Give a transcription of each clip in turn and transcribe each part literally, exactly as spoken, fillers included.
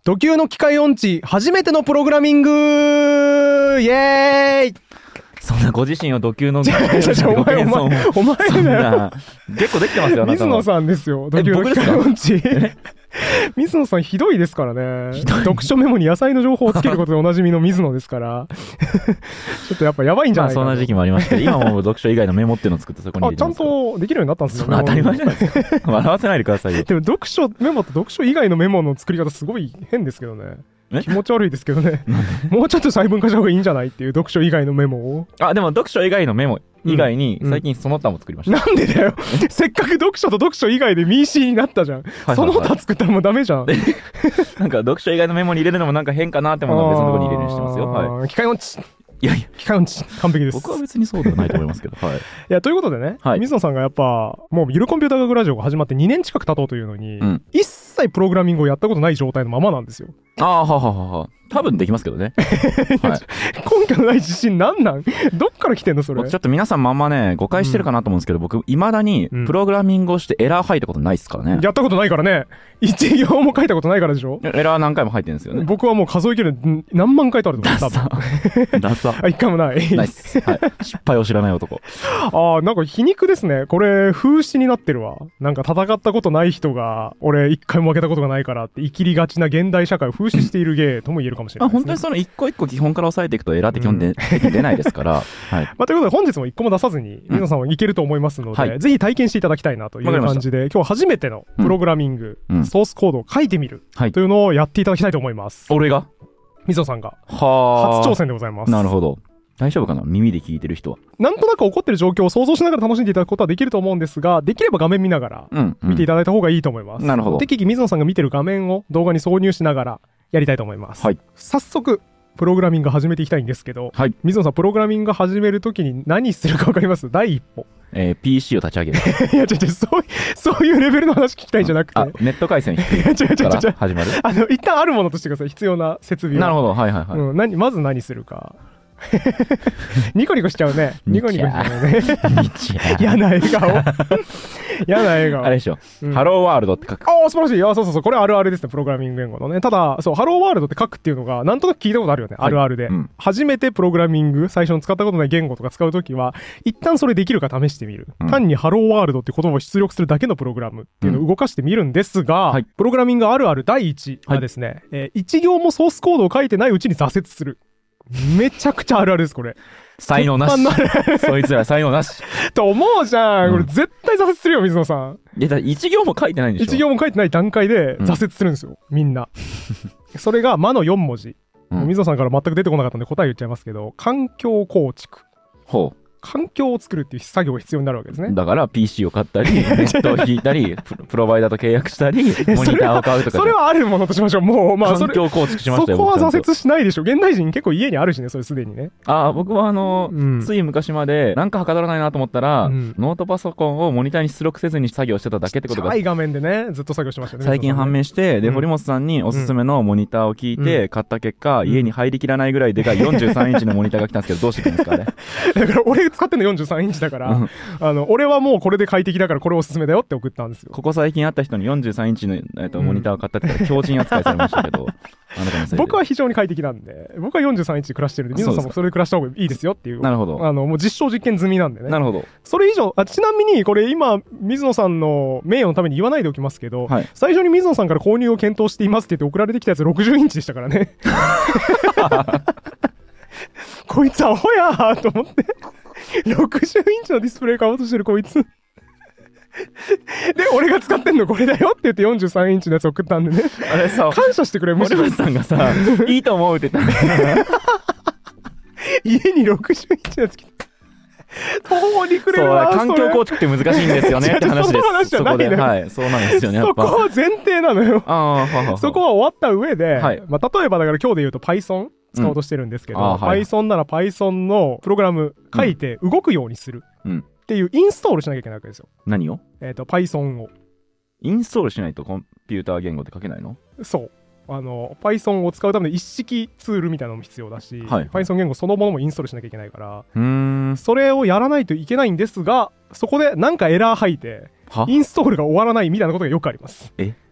土級の機械音痴初めてのプログラミングイエーイ。 そんなご自身を土級のお前お前お前だよ。 結構できてますよ。あなた水野さんですよ。土級の機械音痴。水野さんひどいですからね。読書メモに野菜の情報をつけることでおなじみの水野ですからちょっとやっぱやばいんじゃないかな。 まあそんな時期もありましたけど、今も読書以外のメモっていうのを作ってそこに入れてますから。 あ、ちゃんとできるようになったんですね。 そんな当たり前じゃないですか。笑わせないでくださいよ。 でも読書メモと読書以外のメモの作り方すごい変ですけどね。気持ち悪いですけどねもうちょっと細分化した方がいいんじゃないっていう読書以外のメモを。 あ、でも読書以外のメモ以外に最近その他も作りました、 うんうん、なんでだよせっかく読書と読書以外でミーシーになったじゃん、はいはいはい、その他作ったらもうダメじゃんなんか読書以外のメモに入れるのもなんか変かなってものは別のところに入れるようにしてますよ、はい、 機械音痴。 いやいや、 機械音痴完璧です。 僕は別にそうではないと思いますけど、はい。いや、ということでね、はい、水野さんがやっぱもうゆるコンピューター学ラジオが始まってにねん近く経とうというのに、うん、一切プログラミングをやったことない状態のままなんですよ。 ああ、はははは。多分できますけどね。 はい、根拠のない自信なんなんどっから来てんのそれ。 ちょっと皆さんまんまね誤解してるかなと思うんですけど、うん、僕いまだにプログラミングをしてエラー入ったことないっすからね、 うん、やったことないからね。一行も書いたことないからでしょ。 エラー何回も入ってるんですよね。 僕はもう数えきれる何万回とあると思う。 ダサダサあ、一回もないないっす、はい、失敗を知らない男あー、なんか皮肉ですねこれ。風刺になってるわ。なんか戦ったことない人が俺一回も負けたことがないからって生きりがちな現代社会を風刺している芸とも言えるかもしれないですね。 あ、本当にその一個一個基本から押さえていくとエラーって基本で、うん、出ないですから、はい。 まあ、ということで本日も一個も出さずに水野さんはいけると思いますので、うん、ぜひ体験していただきたいなという感じで、今日初めてのプログラミング、うん、ソースコードを書いてみるというのをやっていただきたいと思います。 俺が水野さんがは初挑戦でございます。 なるほど。大丈夫かな、耳で聞いてる人は。 なんとなく起こってる状況を想像しながら楽しんでいただくことはできると思うんですが、できれば画面見ながら見ていただいた方がいいと思います。 うんうん、なるほど。 適宜水野さんが見てる画面を動画に挿入しながらやりたいと思います。はい、早速プログラミング始めていきたいんですけど、はい、水野さんプログラミング始めるときに何するか分かります？第一歩、 えー、ピーシー を立ち上げるいや違う違う、そうそういうレベルの話聞きたいんじゃなくて、 あ、ネット回線引くから始まるあの一旦あるものとしてください。必要な設備を。 なるほど、はいはいはい、 うん、何まず何するかニコニコしちゃうね。ニコニコしちゃうね。嫌な笑顔嫌な笑顔。 あれでしょ、うん、ハローワールドって書く。 ああ、素晴らしい。あ、そうそうそう、これあるあるですね、プログラミング言語のね。ただそう、ハローワールドって書くっていうのがなんとなく聞いたことあるよね、はい、あるあるで、うん、初めてプログラミング最初に使ったことない言語とか使うときは一旦それできるか試してみる、うん、単にハローワールドって言葉を出力するだけのプログラムっていうのを動かしてみるんですが、うん、はい、プログラミングあるあるだいいちはですね、はい、えー、一行もソースコードを書いてないうちに挫折する。めちゃくちゃあるあるですこれ。 才能なしそいつら才能なしと思うじゃん、うん、これ絶対挫折するよ水野さん。 いやだ一行も書いてないんでしょ。 一行も書いてない段階で挫折するんですよ、うん、みんなそれが魔のよん文字、うん、水野さんから全く出てこなかったんで答え言っちゃいますけど、環境構築。ほう、環境を作るっていう作業が必要になるわけですね。だから ピーシー を買ったりネットを引いたりプロバイダーと契約したりモニターを買うとか。 それはあるものとしましょう。もうまあ環境構築しましたよ。 そこは挫折しないでしょ。現代人結構家にあるしね、それすでにね。 ああ、僕はあの、うん、つい昔までなんかはかどらないなと思ったら、うん、ノートパソコンをモニターに出力せずに作業してただけってことがちっちゃい画面でねずっと作業してましたね。 最近判明して、で、うん、堀本さんにおすすめのモニターを聞いて、うん、買った結果、家に入りきらないぐらいでかいよんじゅうさんインチのモニターが来たんですけど、どうしていくんですかねだから俺使ってんのよんじゅうさんインチだから、うん、あの俺はもうこれで快適だからこれおすすめだよって送ったんですよ。 ここ最近会った人によんじゅうさんインチの、えー、とモニターを買ったって言ったら強靭扱いされましたけどあなたのせいで僕は非常に快適なんで、僕はよんじゅうさんインチで暮らしてるんで、水野さんもそれで暮らした方がいいですよっていう。 なるほど。 あのもう実証実験済みなんでね。 なるほど。 それ以上、あ、ちなみにこれ今水野さんの名誉のために言わないでおきますけど、はい、最初に水野さんから購入を検討していますって言って送られてきたやつろくじゅうインチでしたからねこいつアホやーと思ってろくじゅうインチのディスプレイ買おうとしてるこいつで俺が使ってんのこれだよって言ってよんじゅうさんインチのやつ送ったんでね。あれさ、感謝してくれ。 森本さんがさいいと思うって言ったんだ家にろくじゅうインチのやつ来て途方に暮れるわ。 環境構築って難しいんですよねって話です。 その話じゃないのよ。 はい、そうなんですよね。やっぱそこは前提なのよ。あはははそこは終わった上で、はい、まあ、例えばだから今日で言うと Python 使おうとしてるんですけど、うん、Python なら Python のプログラム書いて動くようにするっていうインストールしなきゃいけないわけですよ。 何を？ えっと Python をインストールしないとコンピューター言語って書けないの？ そう。あの Python を使うための一式ツールみたいなのも必要だし、はい、Python 言語そのものもインストールしなきゃいけないから、うーんそれをやらないといけないんですが、そこでなんかエラー吐いてインストールが終わらないみたいなことがよくあります。え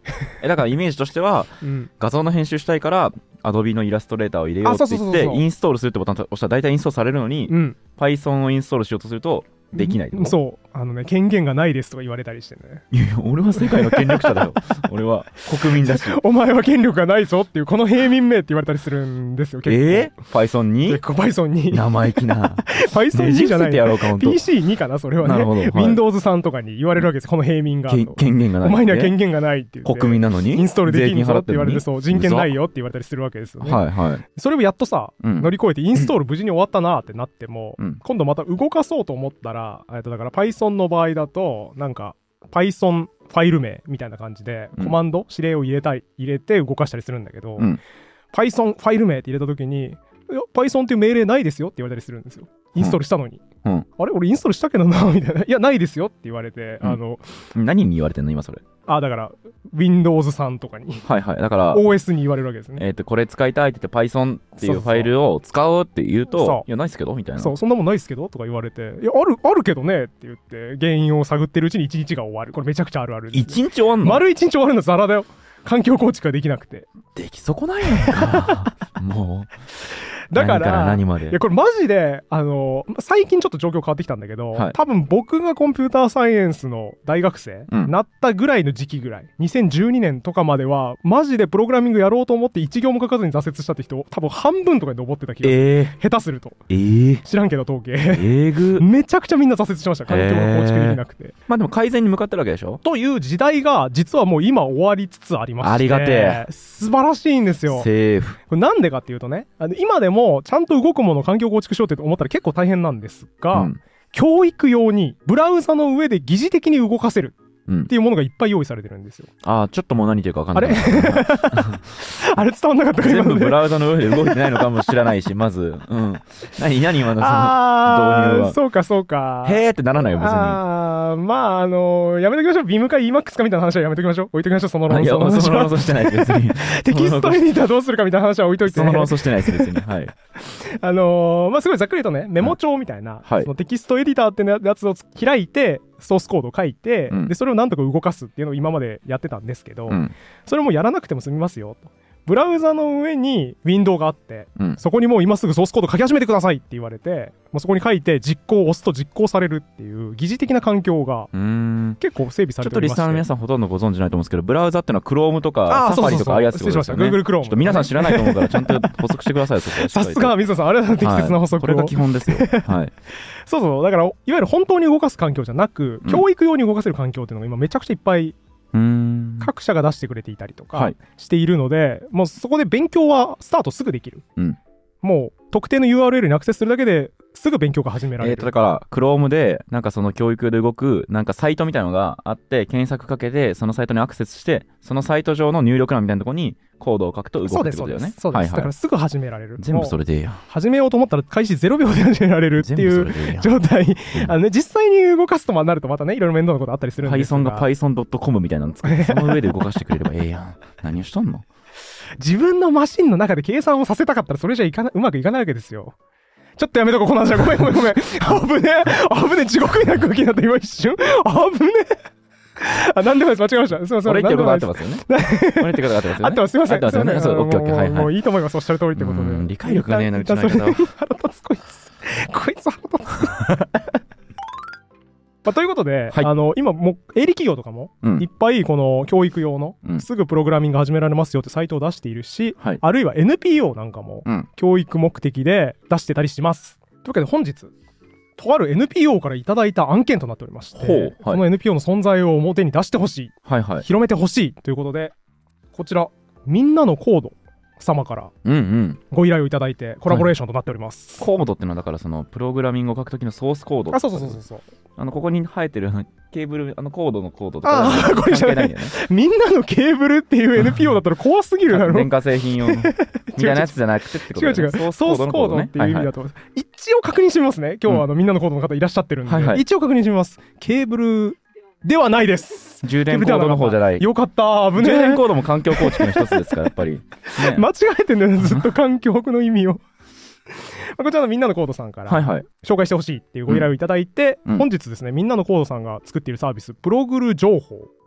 えだからイメージとしては、 うん、 画像の編集したいから Adobe のイラストレーターを入れようって言ってインストールするってボタンを押したら大体インストールされるのに、うん、Python をインストールしようとするとできない、 うん、そうあのね権限がないですとか言われたりしてね。 いやいや俺は世界の権力者だよ俺は国民だしお前は権力がないぞっていうこの平民名って言われたりするんですよ結構。 えー、Python に結構 Python に生意気な Python にじゃないやろうかピーシーに かなそれはね。 なるほど、はい、 Windows さんとかに言われるわけですこの平民が権限がない、 お前には権限がないって言って国民なのにインストールできんぞって言われてそう人権ないよって言われたりするわけですよね。 はいはい、 それをやっとさ、うん、乗り越えてインストール無事に終わったなってなっても、 うん、 今度また動かそうと思ったら、えっとだから Python の場合だとなんか Python ファイル名みたいな感じで、うん、コマンド指令を入れたい入れて動かしたりするんだけど、うん、Python ファイル名って入れた時にいや Python っていう命令ないですよって言われたりするんですよインストールしたのに、うん、あれ俺インストールしたけどなみたいないやないですよって言われて、うん、あの何に言われてんの今それ。 あだから Windows さんとかにはいはいだからオーエス に言われるわけですね。 えっ、ー、とこれ使いたいって言って Python っていうファイルを使おうって言うとそういやないっすけどみたいなそうそんなもんないっすけどとか言われていやあるあるけどねって言って原因を探ってるうちにいちにちが終わる。これめちゃくちゃあるあるです、ね、 いちにち終わんの丸いちにち終わるのザラだよ。環境構築ができなくてでき損ないのかもうだから何から何までいやこれマジであの最近ちょっと状況変わってきたんだけど、はい、多分僕がコンピューターサイエンスの大学生、うん、なったぐらいの時期ぐらいにせんじゅうにねんとかまではマジでプログラミングやろうと思って一行も書かずに挫折したって人多分半分とかに上ってた気がする、えー、下手すると、 えー、 知らんけど統計、 えぐめちゃくちゃみんな挫折しました環境が構築できなくて、えー、 まあでも改善に向かってるわけでしょという時代が実はもう今終わりつつありましてありがてえ素晴らしいんですよ。 セーフこれなんでかっていうとねあの今でもちゃんと動くものを環境構築しようって思ったら結構大変なんですが、うん、教育用にブラウザの上で疑似的に動かせるっていうものがいっぱい用意されてるんですよ。 ああちょっともう何言ってるか分かんない。 あれあれ伝わんなかったか全部ブラウザの上で動いてないのかもしれないしまず、うん、何何今のその導入は。 そうかそうかへーってならないよ別に。 ああまああのー、やめときましょう。ビームか イーマックス かみたいな話はやめときましょう。置いときましょうその論争の話は。 その論争してないです別に。 テキストエディターどうするかみたいな話は置いといて。 その論争してないです別に。はい。 あのー、まあすごいざっくりとねメモ帳みたいな、はい、そのテキストエディターってやつを開いてソースコードを書いて、うん、でそれをなんとか動かすっていうのを今までやってたんですけど、うん、それもやらなくても済みますよと。ブラウザの上にウィンドウがあって、うん、そこにもう今すぐソースコード書き始めてくださいって言われてもうそこに書いて実行を押すと実行されるっていう疑似的な環境が結構整備されておりまして、ちょっとリスナーの皆さんほとんどご存知ないと思うんですけどブラウザっていうのは Chrome とか Safari とかああいうやつってことですよね。 Google Chrome ちょっと皆さん知らないと思うからちゃんと補足してください。 さすが水野さんあれは適切な補足を、はい、 これが基本ですよ、はい、 そうそうだからいわゆる本当に動かす環境じゃなく、うん、教育用に動かせる環境っていうのが今めちゃくちゃいっぱいうーん各社が出してくれていたりとかしているので、はい、もうそこで勉強はスタートすぐできる、うん、もう特定の ユーアールエル にアクセスするだけですぐ勉強が始められる。 えーとだから Chrome でなんかその教育で動くなんかサイトみたいなのがあって検索かけてそのサイトにアクセスしてそのサイト上の入力欄みたいなところにコードを書くと動くってことだよね。 そうですそうです、はいはい、だからすぐ始められる。 全部それでいいや。 始めようと思ったら開始ゼロびょうで始められるっていう状態あの、ね、実際に動かすとなるとまたねいろいろ面倒なことあったりするんですが Python が Python ドットコム みたいなんですけどその上で動かしてくれればええやん。何をしとんの。 自分のマシンの中で計算をさせたかったらそれじゃいかなうまくいかないわけですよ。ちょっとやめとこうこの話は。ごめんごめんごめん。危ねえ危ねえ地獄みたいな空気になった今一瞬。危ねえ。あ、なんでもないです。間違えました。すみません。 俺言ってること合ってますよね。俺言ってること合ってますよね。 合ってます。すみません。 合ってますよね。そう、オッケーオッケー。はいはい。 もういいと思います。おっしゃる通りってことで。 理解力がねえな、うちの相方は。 腹立つこいつ。こいつ腹立つ。まあ、ということで、はい、あの今もう営利企業とかもいっぱいこの教育用のすぐプログラミング始められますよってサイトを出しているし、うん、あるいは エヌピーオー なんかも教育目的で出してたりします。というわけで本日とある エヌピーオー からいただいた案件となっておりまして、はい、この エヌピーオー の存在を表に出してほしい、はいはい、広めてほしいということでこちらみんなのコード様からご依頼をいただいてコラボレーションとなっております、 はい、コードっていうのはだからそのプログラミングを書くときのソースコード。 あ、そうそうそうそう。 あのここに生えてるケーブルあのコードのコードとか関係ないんだよね。 みんなのケーブルっていう エヌピーオー だったら怖すぎるだろ。 電化製品用のみたいなやつじゃなくてってことだよね。 違う違う。ソースコードっていう意味だと思います。はいはい、一応確認してみますね。今日はあの、うん、みんなのコードの方いらっしゃってるんで、はいはい、一応確認してみます。ケーブルではないです。 充電コードの方じゃない。 よかった。危ねえ。 充電コードも環境構築の一つですからやっぱり、ね、 間違えてんだよねずっと環境の意味を。こちらのみんなのコードさんから紹介してほしいっていうご依頼をいただいて、うん、本日ですねみんなのコードさんが作っているサービスプログル情報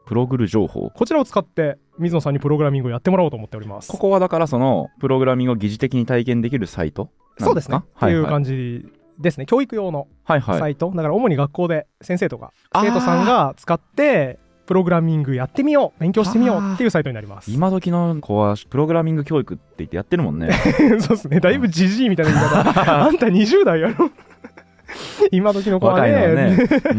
プログル情報。 こちらを使って水野さんにプログラミングをやってもらおうと思っております。 ここはだからそのプログラミングを疑似的に体験できるサイトなんですか？ そうですね、はいはい、っていう感じですね。教育用のサイト、はいはい、だから主に学校で先生とか生徒さんが使ってプログラミングやってみよう、勉強してみようっていうサイトになります。 今時の子はプログラミング教育って言ってやってるもんね。 そうですね、だいぶジジイみたいな言い方あんたにじゅう代やろ今時の子はね、若いのはね、うん、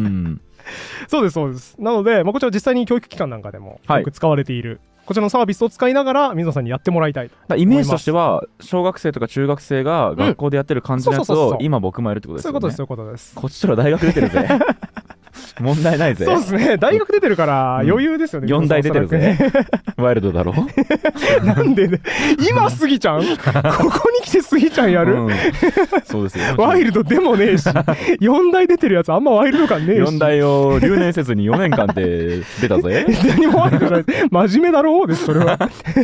そうですそうです。なので、まあ、こちら実際に教育機関なんかでもよく使われている、はい、こちらのサービスを使いながら水野さんにやってもらいたいと思います。 イメージとしては小学生とか中学生が学校でやってる感じのやつを今僕もやるってことですよね。 そういうことです、そういうことです。 こっちとら大学出てるぜ問題ないぜ。 そうですね、大学出てるから余裕ですよね、 うん、よんだい出てるぜワイルドだろなんで、ね、今スギちゃんここに来てスギちゃんやる、うん、そうですよワイルドでもねえしよんだい出てるやつあんまワイルド感ねえしよんだいを留年せずによねんかんで出たぜ何もワイルドじゃない真面目だろうですそれは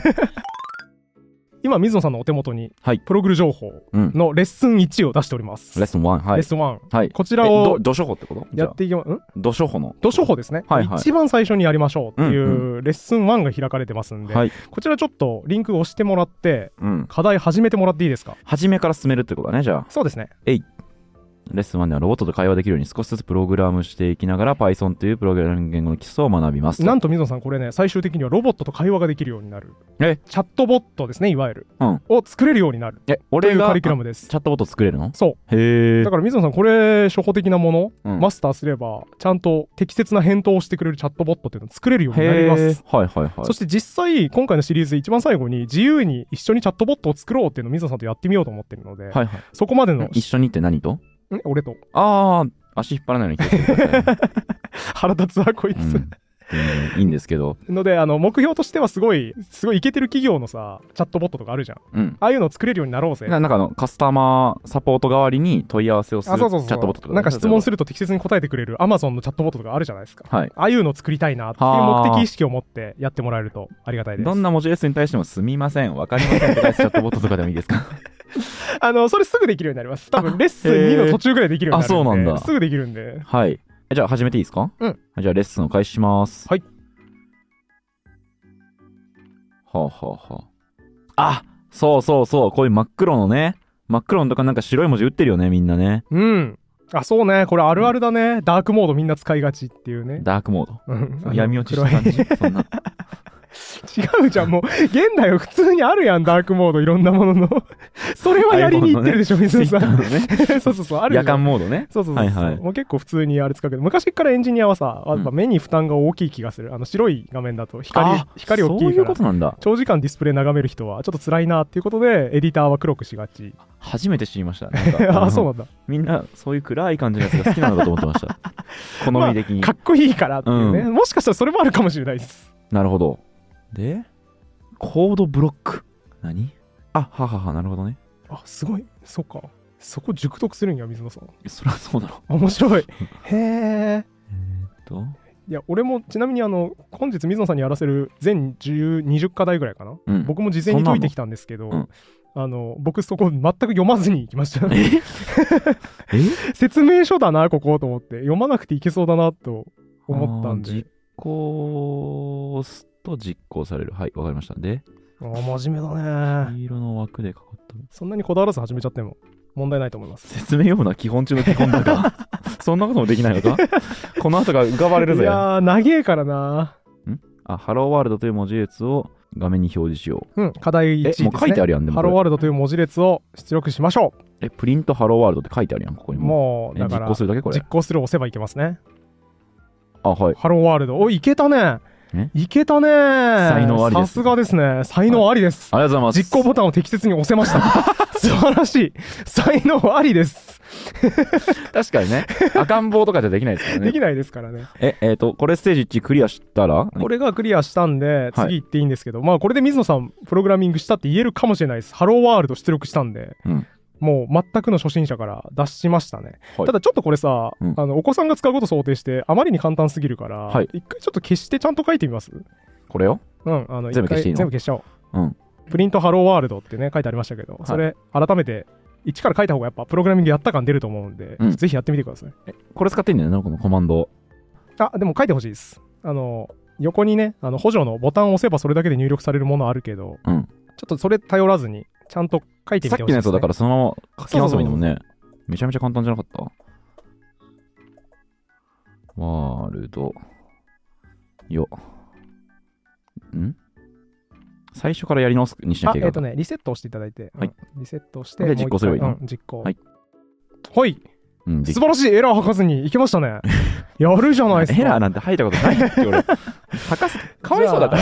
今水野さんのお手元に、はい、プログル情報のレッスンいちを出しております。 レッスンいち、はい、 レッスンいち、 はい、 こちらをど書法ってことやっていきます。 ど書法のど書法ですね、はいはい、一番最初にやりましょうっていうレッスンいちが開かれてますんで、はい、こちらちょっとリンクを押してもらって、うん、課題始めてもらっていいですか？ 初めから進めるってことだね。じゃあそうですね。 えいレッスンいちではロボットと会話できるように少しずつプログラムしていきながら Python というプログラミング言語の基礎を学びます。 なんと水野さんこれね、最終的にはロボットと会話ができるようになる、えチャットボットですね、いわゆる、うん、を作れるようになるえ俺がというカリキュラムです。 チャットボット作れるの？ そうへえ。だから水野さんこれ初歩的なもの、うん、マスターすればちゃんと適切な返答をしてくれるチャットボットっていうのを作れるようになります。 はいはいはい。 そして実際今回のシリーズで一番最後に自由に一緒にチャットボットを作ろうっていうのを水野さんとやってみようと思ってるので、はいはい、そこまでの一緒にって何と俺とああ足引っ張らないように気をつけてください腹立つわこいつ、 うんいいんですけどのであの目標としてはすごいすごいイケてる企業のさチャットボットとかあるじゃん、うん、ああいうのを作れるようになろうぜ。 ななんかあのカスタマーサポート代わりに問い合わせをするチャットボットとか、 なんか質問すると適切に答えてくれる Amazon のチャットボットとかあるじゃないですか、はい、ああいうのを作りたいなっていう目的意識を持ってやってもらえるとありがたいです。 どんな文字列に対してもすみませんわかりませんって返すチャットボットとかでもいいですかあのそれすぐできるようになります。多分レッスンにの途中ぐらいできるようになるんで。あ、そうなんだ。すぐできるんで。 はい。じゃあ始めていいですか？うん。じゃあレッスンを開始します。 はい。 はあはあはあ。あ、そうそうそう、こういう真っ黒のね、真っ黒のとかなんか白い文字打ってるよねみんなね。 うん。あ、そうね、これあるあるだね、うん、ダークモードみんな使いがちっていうね。 ダークモード、うん、闇落ちした感じそんな違うじゃん、もう現代は普通にあるやん、ダークモードいろんなもののそれはやりに行ってるでしょ、水野さん、ね、そうそうそう、ある夜間モードね。 そうそうそう、はいはい、もう結構普通にあれ使うけど、昔からエンジニアはさ、やっぱ目に負担が大きい気がする。あの白い画面だと光光大きいから、そういうことなんだ。長時間ディスプレイ眺める人はちょっと辛いなっていうことでエディターは黒くしがち。 初めて知りました。なんかあ、そうなんだ。 みんなそういう暗い感じのやつが好きなのかと思ってました好み的に、 まあ、かっこいいからっていうね、うん、もしかしたらそれもあるかもしれないです。 なるほど。でコードブロック何？あ、ははは、なるほどね。 あ、すごい。そっか。そこ熟読するんや、水野さん。 そりゃそうだろ。 面白い。へえ。えーっと。 いや、俺もちなみにあの、本日水野さんにやらせる全じゅう、にじゅっかだいぐらいかな。うん、僕も事前に解いてきたんですけど、うん、あの、僕そこ全く読まずに行きました。ええ説明書だな、ここと思って。読まなくていけそうだなと思ったんで。 実行すと実行される。はい、わかりました。で、 ああ、真面目だね。 黄色の枠でかかった。 そんなにこだわらず始めちゃっても問題ないと思います。 説明読むのは基本中の基本だがそんなこともできないのかこの後が浮かばれるぜ。 いやー、長えからな。 んあ、ハローワールドという文字列を画面に表示しよう。うん、課題いちですね。 もう書いてあるやん。でもハローワールドという文字列を出力しましょう。 え、プリントハローワールドって書いてあるやん、ここにも。 もう、だから、 実行するだけこれ。 実行するを押せばいけますね。 あ、はい。 ハローワールド。お、いけたね。いけたね。 才能ありです。 さすがですね。才能ありです。 ありがとうございます。 実行ボタンを適切に押せました素晴らしい。才能ありです確かにね、赤ん坊とかじゃできないですからね。 できないですからね。 え、えっと、これステージいちクリアしたら、 これがクリアしたんで、次行っていいんですけど、はい、まあこれで水野さん、プログラミングしたって言えるかもしれないです。ハローワールド出力したんで。うん、もう全くの初心者から出しましたね、はい、ただちょっとこれさ、うん、あのお子さんが使うこと想定してあまりに簡単すぎるから、はい、一回ちょっと消してちゃんと書いてみます。 これをうんあの全部消していいの？ 全部消しちゃおう、うん、プリントハローワールドってね書いてありましたけど、はい、それ改めて一から書いた方がやっぱプログラミングやった感出ると思うんで、うん、ぜひやってみてください。 えこれ使っていいんだよね、このコマンド。 あでも書いてほしいです。あの横にね、あの補助のボタンを押せばそれだけで入力されるものあるけど、 うん、 ちょっとそれ頼らずにちゃんと書いてみてほしいですね。 さっきのやつだからそのまま書き直せばいいのもね。めちゃめちゃ簡単じゃなかった？ワールドよん最初からやり直すにしなきゃいけない。 あ、えっ、ー、とね、リセットをしていただいて、 はい、 うん、リセットして、 で実行すればいいの？ うん、実行。 はい。 はい、うん、素晴らしい、エラー吐かずにいけましたね。やるじゃないですか。 エラーなんて吐いたことないって俺。吐かせて、かわいそうだから。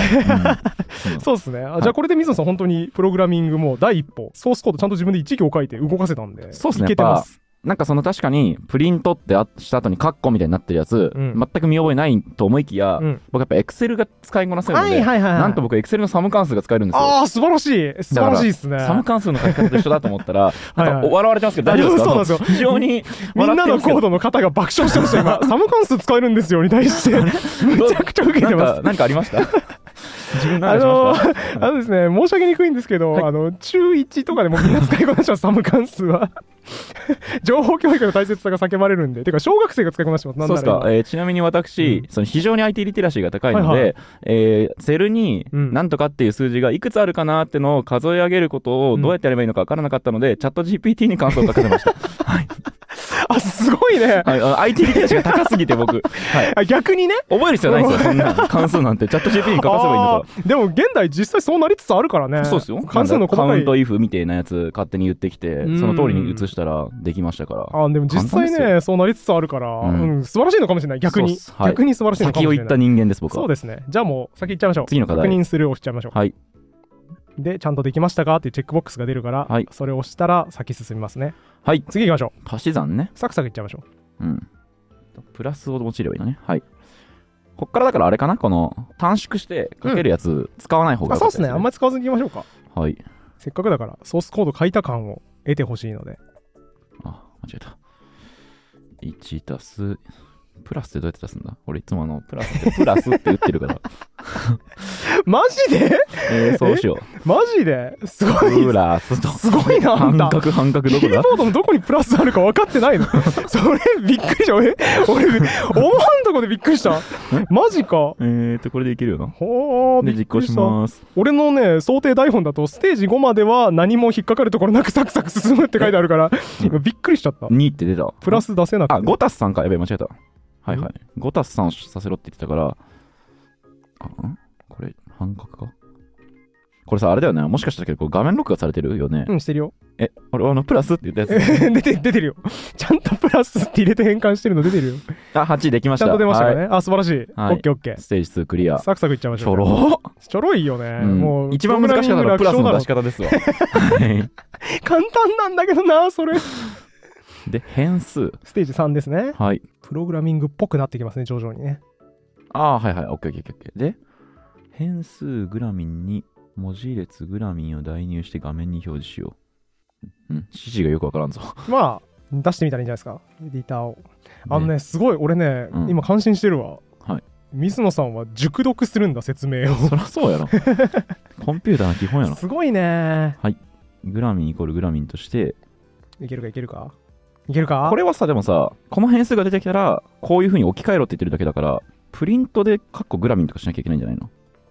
うん、そうですね。あ、じゃあこれで水野さん本当にプログラミングも第一歩、ソースコードちゃんと自分で一行書いて動かせたんで、 そうですね。 いけてます。 なんかその確かにプリントってした後にカッコみたいになってるやつ、うん、全く見覚えないと思いきや、うん、僕やっぱエクセルが使いこなせるので、はいはいはいはい、なんと僕エクセルのサム関数が使えるんですよ。 ああ素晴らしい素晴らしいですね。 サム関数の書き方と一緒だと思ったらなんか笑われてますけど大丈夫ですか？ そうなんですよ。 非常にみんなのコードの方が爆笑してました今。サム関数使えるんですよに対してめちゃくちゃ受けてます。 なんかありました？自分あのー、あのですね、申し訳にくいんですけど、はい、あの中いちとかでもみんな使いこなしますサム関数は情報教育の大切さが叫ばれるんで、てか小学生が使いこなします。 そうですか、えー、ちなみに私、うん、その非常に アイティー リテラシーが高いので、はいはい、えー、セルに何とかっていう数字がいくつあるかなってのを数え上げることをどうやってやればいいのか分からなかったので、うん、チャット ジーピーティー に関数を書かせました。はい。 あ、すごいね。 はい、アイティー リテラシーが高すぎて僕、はい、 あ逆にね覚える必要ないんですよ。そんな関数なんてチャット ジーピーティー に書かせばいいんだから。 でも現代実際そうなりつつあるからね。 そうですよ。 関数の細かいカウントイフみたいなやつ勝手に言ってきて、その通りに移したらできましたから。 あでも実際ねそうなりつつあるから、うんうん、素晴らしいのかもしれない。逆に、はい、逆に素晴らしいのかもしれない。 先を行った人間です僕は。 そうですね。じゃあもう先行っちゃいましょう。 次の課題確認するを押しちゃいましょう。 はい。 でちゃんとできましたかっていうチェックボックスが出るから、はい、それを押したら先進みますね。 はい。 次行きましょう。 足し算ね。 サクサクいっちゃいましょう。うん。プラスを用いればいいのね。はい。こっからだからあれかな、この短縮して書けるやつ使わない方がいい、ね、 うん、あそうですね。あんまり使わずにいきましょうか。 はい。 せっかくだからソースコード書いた感を得てほしいので。 あ、間違えた。いちたすプラスってどうやって出すんだ？俺いつもあのプラスってプラスって打ってるから。 マジで？ えー、そうしよう。 マジですごい。 プラスと。 すごいな。 半角半角どこだ？ キーボードのどこにプラスあるか分かってないの？それびっくりした。俺俺思わんとこでびっくりした。マジか。 えーとこれでいけるよな。 ほー。 で実行します。 俺のね想定台本だとステージごまでは何も引っかかるところなくサクサク進むって書いてあるからびっくりしちゃった。 にって出た。 プラス出せなくて。 あごたすさんか。やべえ間違えた。はいはい。ごたすさんさせろって言ってたから、あんこれ、半角かこれさ、あれだよね。もしかしたらこう画面録画されてるよね。 うん、してるよ。 え、俺、あの、プラスって言ったやつ。 出て、出てるよ。ちゃんとプラスって入れて変換してるの出てるよ。 あ、はちできました。 ちゃんと出ましたかね。はい、あ、素晴らしい。はい、オッケーオッケー。 ステージにクリア。 サクサクいっちゃいましょう。 ちょろちょろいよね。うん、もう、 一番難しかったのはプラスの出し方ですわ。 簡単なんだけどな、それ。 で、変数。 ステージさんですね。 はい。 プログラミングっぽくなってきますね、徐々にね。 ああ、はいはい。オッケーオッケーオッケー。で、変数グラミンに文字列グラミンを代入して画面に表示しよう。うん、指示がよくわからんぞ。 まあ、出してみたらいいんじゃないですか、エディターを。あのね、すごい、俺ね、うん、今感心してるわ。 はい。 水野さんは熟読するんだ、説明を。 そりゃそうやろ。コンピューターの基本やろ。 すごいね。 はい。グラミンイコールグラミンとして。 いけるかいけるかいけるか。 これはさ、でもさ、この変数が出てきたら、こういう風に置き換えろって言ってるだけだから、プリントでカッコグラミンとかしなきゃいけないんじゃないの？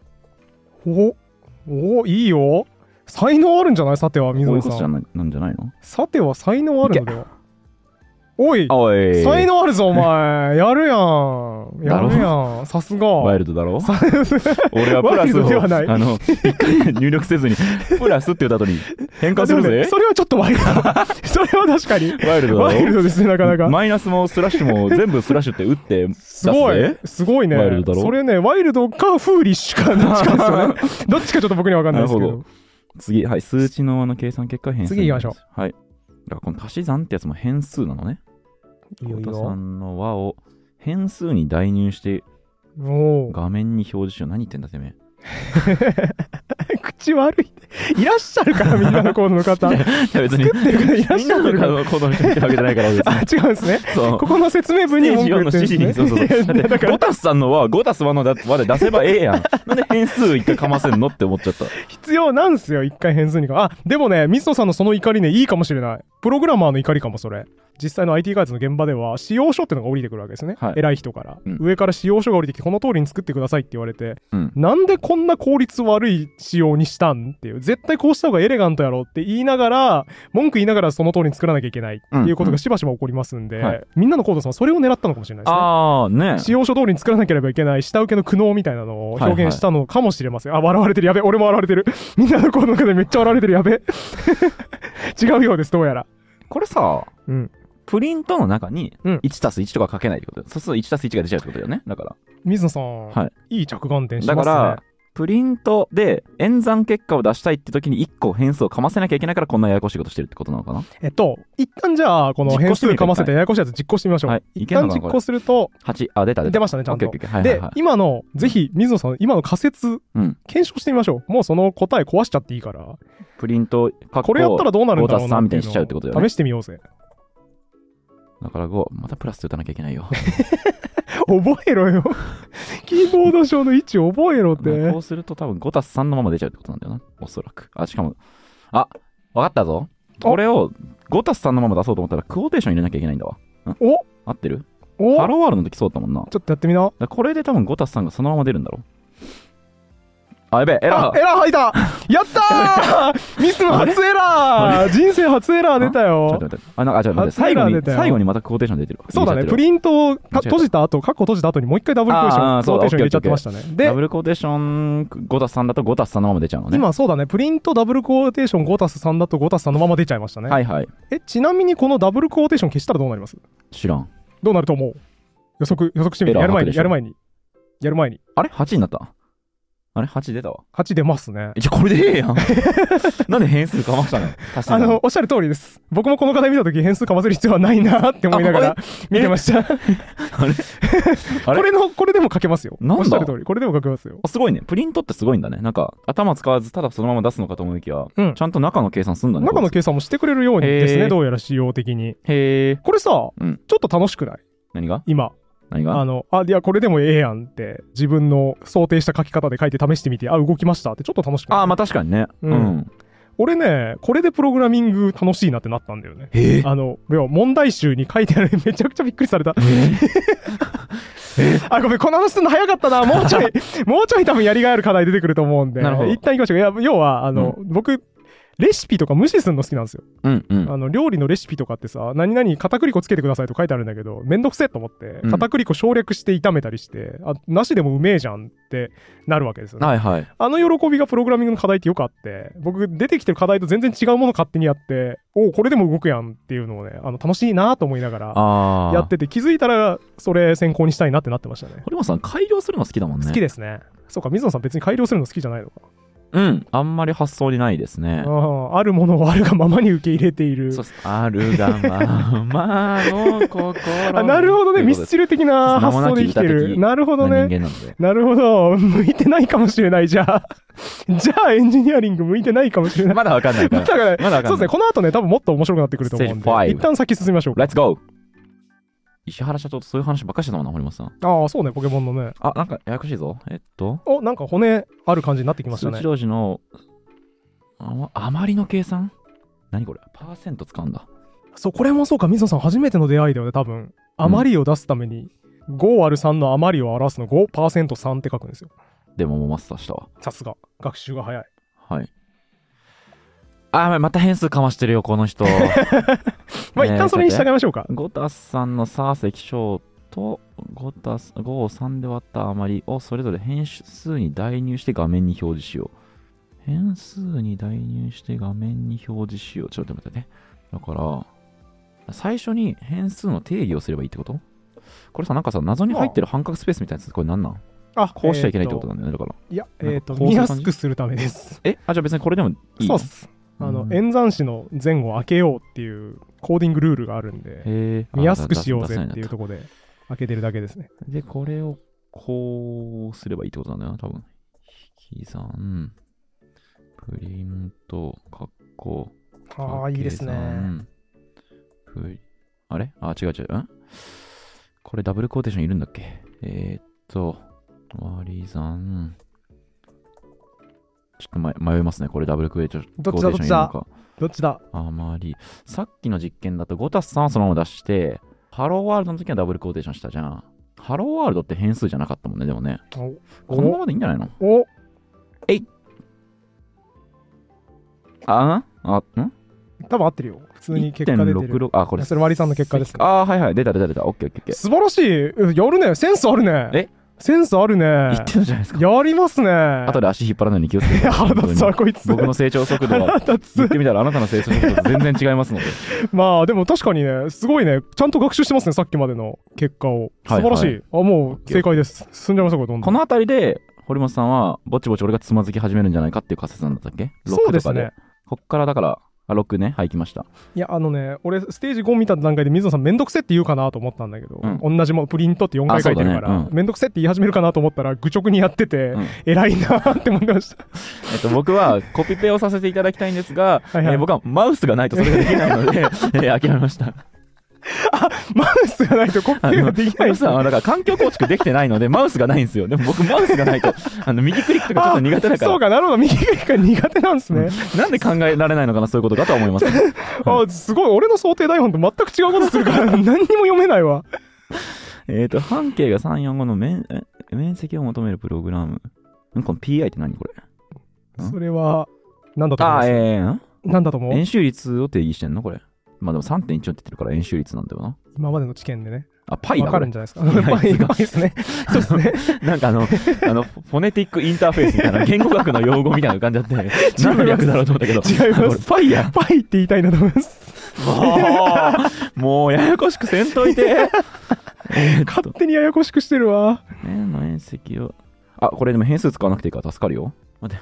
おお、いいよ。才能あるんじゃない？さては、水野さん。 こういうことじゃな、なんじゃないの？ さては才能あるのでは。おい、 おい才能あるぞ、お前。やるやん。やるやん。さすが。 ワイルドだろ俺はプラスを、あの、一回入力せずに、プラスって言った後に変換するぜ。 ね、それはちょっとワイルド。それは確かに。 ワイルドだろワイルドですね、なかなか。 マイナスもスラッシュも全部スラッシュって打って出すぜ。 すごい。すごいね。 ワイルドだろ。 それね、ワイルドかフーリッシュか、どっちかですよね。どっちかちょっと僕には分かんないですけど。 なるほど。次、はい、数値のあの計算結果変数。 次行きましょう。はい。だからこの足し算ってやつも変数なのね。 いいよいいよ。 さんの和を変数に代入して画面に表示しよう。何言ってんだてめえ。口悪い。いらっしゃるからみんなのコードの方。いや別に作ってるからいらっしゃるから。 みんなのコードの人見てるわけじゃないから。 あ、違うんですね。ここの説明文に文句言ってるんですね。 そうそうそう。だからごたすさんの和ごたす和の和で出せばええやん。なんで変数一回かませんのって思っちゃった。 必要なんすよ、一回変数にか。あ、でもね、水野さんのその怒りね、いいかもしれない。プログラマーの怒りかも、それ。 実際の アイティー 開発の現場では仕様書っていうのが降りてくるわけですね、はい、偉い人から、うん、上から仕様書が降りてきてこの通りに作ってくださいって言われて、うん、なんでこんな効率悪い仕様にしたんっていう、絶対こうした方がエレガントやろって言いながら文句言いながらその通りに作らなきゃいけないっていうことがしばしば起こりますんで、うんうんはい、みんなのコードさんはそれを狙ったのかもしれないですね。 あーね、 仕様書通りに作らなければいけない下請けの苦悩みたいなのを表現したのかもしれません、はいはい、あ笑われてる、やべ俺も笑われてるみんなのコードの中でめっちゃ笑われてる、やべ違うようです、どうやら。 これさ、うん、プリントの中にいちたすいちとか書けないってこと、うん、そうするといちたすいちが出ちゃうってことだよね。だから水野さん、はい、いい着眼点しますね。 だからプリントで演算結果を出したいって時にいっこ変数をかませなきゃいけないからこんなややこしいことしてるってことなのかな。 えっと一旦じゃあこの変数かませてややこしいやつ実行してみましょう。はい、一旦実行するとはち、あ出た出た出ましたねちゃんと。 オッケーオッケー、はいはいはい、 で今のぜひ水野さん今の仮説、うん、検証してみましょう。もうその答え壊しちゃっていいから。 プリントこれやったらどうなるんだろうなみたいにしちゃうってことだよね。 試してみようぜ。 だからごまたプラス打たなきゃいけないよ覚えろよキーボード上の位置覚えろって。 こうすると多分ごたすさんのまま出ちゃうってことなんだよな、おそらく。あ、しかもあわかったぞ。これをごたすさんのまま出そうと思ったらクォーテーション入れなきゃいけないんだわ。お合ってる？おハローワールドの時そうだったもんな。 ちょっとやってみな。 これで多分ごたすさんがそのまま出るんだろ。あ、やべえ、エラー。 エラー入ったやったーミスの初エラー人生初エラー出たよ。 ちょっと待って。あ、なんか、ちょっと待って。最後に、最後にまたクォーテーション出てる。 そうだね。プリントを閉じた後、カッコ閉じた後にもう一回ダブルクォーテーション、クォーテーション入れちゃってましたね。 で、ダブルクォーテーションごたすさんだとごたすさんのまま出ちゃうのね。 今そうだね。プリントダブルクォーテーションごたすさんだとごたすさんのまま出ちゃいましたね。 はいはい。 え、ちなみにこのダブルクォーテーション消したらどうなります？ 知らん。 どうなると思う？予測、予測してみて。やる前に、やる前に。やる前に。 あれ ?はち になった。あれ ?はち 出たわ。 はち出ますね。 じゃ、これでええやん。なんで変数かましたの？ あの、おっしゃる通りです。僕もこの課題見たとき変数かませる必要はないなって思いながら見てました。あれこれの、これでも書けますよ。 なんだ？ おっしゃる通り。これでも書けますよ。 すごいね。プリントってすごいんだね。なんか、頭使わずただそのまま出すのかと思いきや、うん、ちゃんと中の計算すんだね。 中の計算もしてくれるようにですね。どうやら仕様的に。へー。これさ、うん、ちょっと楽しくない？ 何が？ 今。 何が？ あの、あ、いや、これでもええやんって、自分の想定した書き方で書いて試してみて、あ、動きましたってちょっと楽しくない？ あ、まあ確かにね。うん。うん、 俺ね、これでプログラミング楽しいなってなったんだよね。えー、あの、要は問題集に書いてあるめちゃくちゃびっくりされた。えーえー、あ、ごめん、この話するの早かったな。もうちょい、もうちょい多分やりがいある課題出てくると思うんで、一旦行きましょう。いや、要は、あの、うん、僕、レシピとか無視するの好きなんですよ、うんうん、あの料理のレシピとかってさ、何々片栗粉つけてくださいと書いてあるんだけど、めんどくせえと思って、うん、片栗粉省略して炒めたりして、あ、なしでもうめえじゃんってなるわけですよね、はいはい、あの喜びがプログラミングの課題ってよくあって、僕出てきてる課題と全然違うもの勝手にやって、おおこれでも動くやんっていうのをね、あの楽しいなと思いながらやってて、気づいたらそれ先行にしたいなってなってましたね。 堀本さん改良するの好きだもんね。 好きですね。そうか、水野さん別に改良するの好きじゃないのか。 うん、あんまり発想にないですね。 あ, あるものをあるがままに受け入れている。 そうあるがままの心あ。なるほどね、ミスチル的な発想で生きてる。なるほどね。な, なるほど、向いてないかもしれない。じゃあじゃあエンジニアリング向いてないかもしれない。 まだわかんないから。だから、ね、まだわかんない。 そうですね、この後ね多分もっと面白くなってくると思うんで、一旦先進みましょうか。 Let's go。石原社長とそういう話ばっかりしてたもんな、堀本さん。 ああ、そうね、ポケモンのね。 あ、なんかややこしいぞ。えっと。 お、なんか骨ある感じになってきましたね。 数値同時のあ, あまりの計算？何これ？パーセント使うんだ。 そう、これもそうか、水野さん初めての出会いだよね、多分。余りを出すために、うん、ごわるさんの余りを表すの ごパーセントさん って書くんですよ。 でももうマスターしたわ。 さすが、学習が早い。 はい。あ、また変数かましてるよ、この人。 まあ、一旦それに従いましょうか。 ごたすさんの差積小とごたすごをさんで割った余りをそれぞれ変数に代入して画面に表示しよう。変数に代入して画面に表示しよう。ちょっと待ってね。だから、最初に変数の定義をすればいいってこと？これさ、なんかさ、謎に入ってる半角スペースみたいなやつ、これなんなん？あ、こうしちゃいけないってことなんだよね、だから。 いや、えっと、見やすくするためです。 え？あ、じゃあ別にこれでもいい？ そうっす。あの、演算子の前後を開けようっていうコーディングルールがあるんで、見やすくしようぜっていうところで開けてるだけですね。 で、これをこうすればいいってことなんだよな、多分。引き算、プリント、カッコ、 ああ、いいですね。 プリあれあ、違う違う。んこれダブルコーテーションいるんだっけ？えー、っと、割り算。 ちょっと迷いますね。これダブルクエーション。 どっちだどっちだどっちだあまり。さっきの実験だと、ゴタスさんはそのまま出して、ハローワールドの時はダブルクオーテーションしたじゃん。ハローワールドって変数じゃなかったもんね、でもね。このままでいいんじゃないの？ おえいああん多分合ってるよ。普通に結果出てる。いってんろくろく あ、これ。それ割りさんの結果です、ね。 あー、はいはい。出た出た出た。オッケーオッケーオッケー。 素晴らしい。やるね。センスあるね。 えセンスあるね。 言ってるじゃないですか。 やりますね。 後で足引っ張らないように気をつけて。いや、 腹立つわ、こいつ。 僕の成長速度は、言ってみたらあなたの成長速度と全然違いますので。 まあ、でも確かにね、すごいね、ちゃんと学習してますね、さっきまでの結果を。素晴らしい。はいはい、あ、もう正解です。進んじゃいました、これどんどん。 このあたりで、堀本さんは、ぼちぼち俺がつまずき始めるんじゃないかっていう仮説なんだったっけ？ そうですね。 こっからだから、あ、ろくね、はい、来ました。 いや、あのね、俺、ステージご見た段階で水野さんめんどくせって言うかなと思ったんだけど、うん、同じもプリントってよんかい書いてるから、ねうん、めんどくせって言い始めるかなと思ったら、愚直にやってて、うん、偉いなって思ってました。 えっと、僕はコピペをさせていただきたいんですが、はい、はいえー、僕はマウスがないとそれができないので、えー、諦めました。 あ、マウスがないとコピペができないんですよ。だから環境構築できてないので、マウスがないんですよ。でも僕、マウスがないと、あの右クリックとかちょっと苦手だから。 そうか、なるほど、右クリックが苦手なんですね。 なんで考えられないのかな、そういうことかとは思います。 あ、すごい、俺の想定台本と全く違うことするから、何にも読めないわ。 えっと、半径がさん、よん、ごの面、面積を求めるプログラム。んこの ピーアイ って何これ？ それは、なんだと思います？あ、えー、 なんだと思う？ 円周率を定義してんのこれ。まあでも さんてんいちよん って言ってるから円周率なんだよな。 今までの知見でね。 あ、パイだ。 わかるんじゃないですか。パイ、パイですね。そうですね。 なんかあの、あの、フォネティックインターフェースみたいな言語学の用語みたいなの浮かんじゃって、何の略だろうと思ったけど。 違います。 パイや。 パイって言いたいなと思います。 もう、ややこしくせんといて。 勝手にややこしくしてるわ。 円の面積を。あ、これでも変数使わなくていいから助かるよ。待って、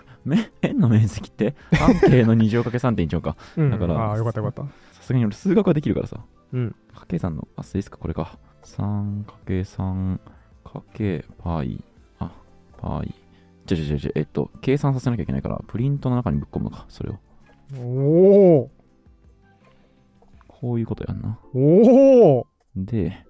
円の面積って半径のに乗かけさんてんいちよんか。 うん、 だから、 ああ、よかったよかった。 さすがに俺数学はできるからさ。 うん。 掛け算の、あ、いいですか、これか。さんかけさんかけパイ。あ、パイ。じゃじゃじゃじゃ、えっと、計算させなきゃいけないから、プリントの中にぶっ込むのか、それを。 おお。 こういうことやんな。 おお。 で、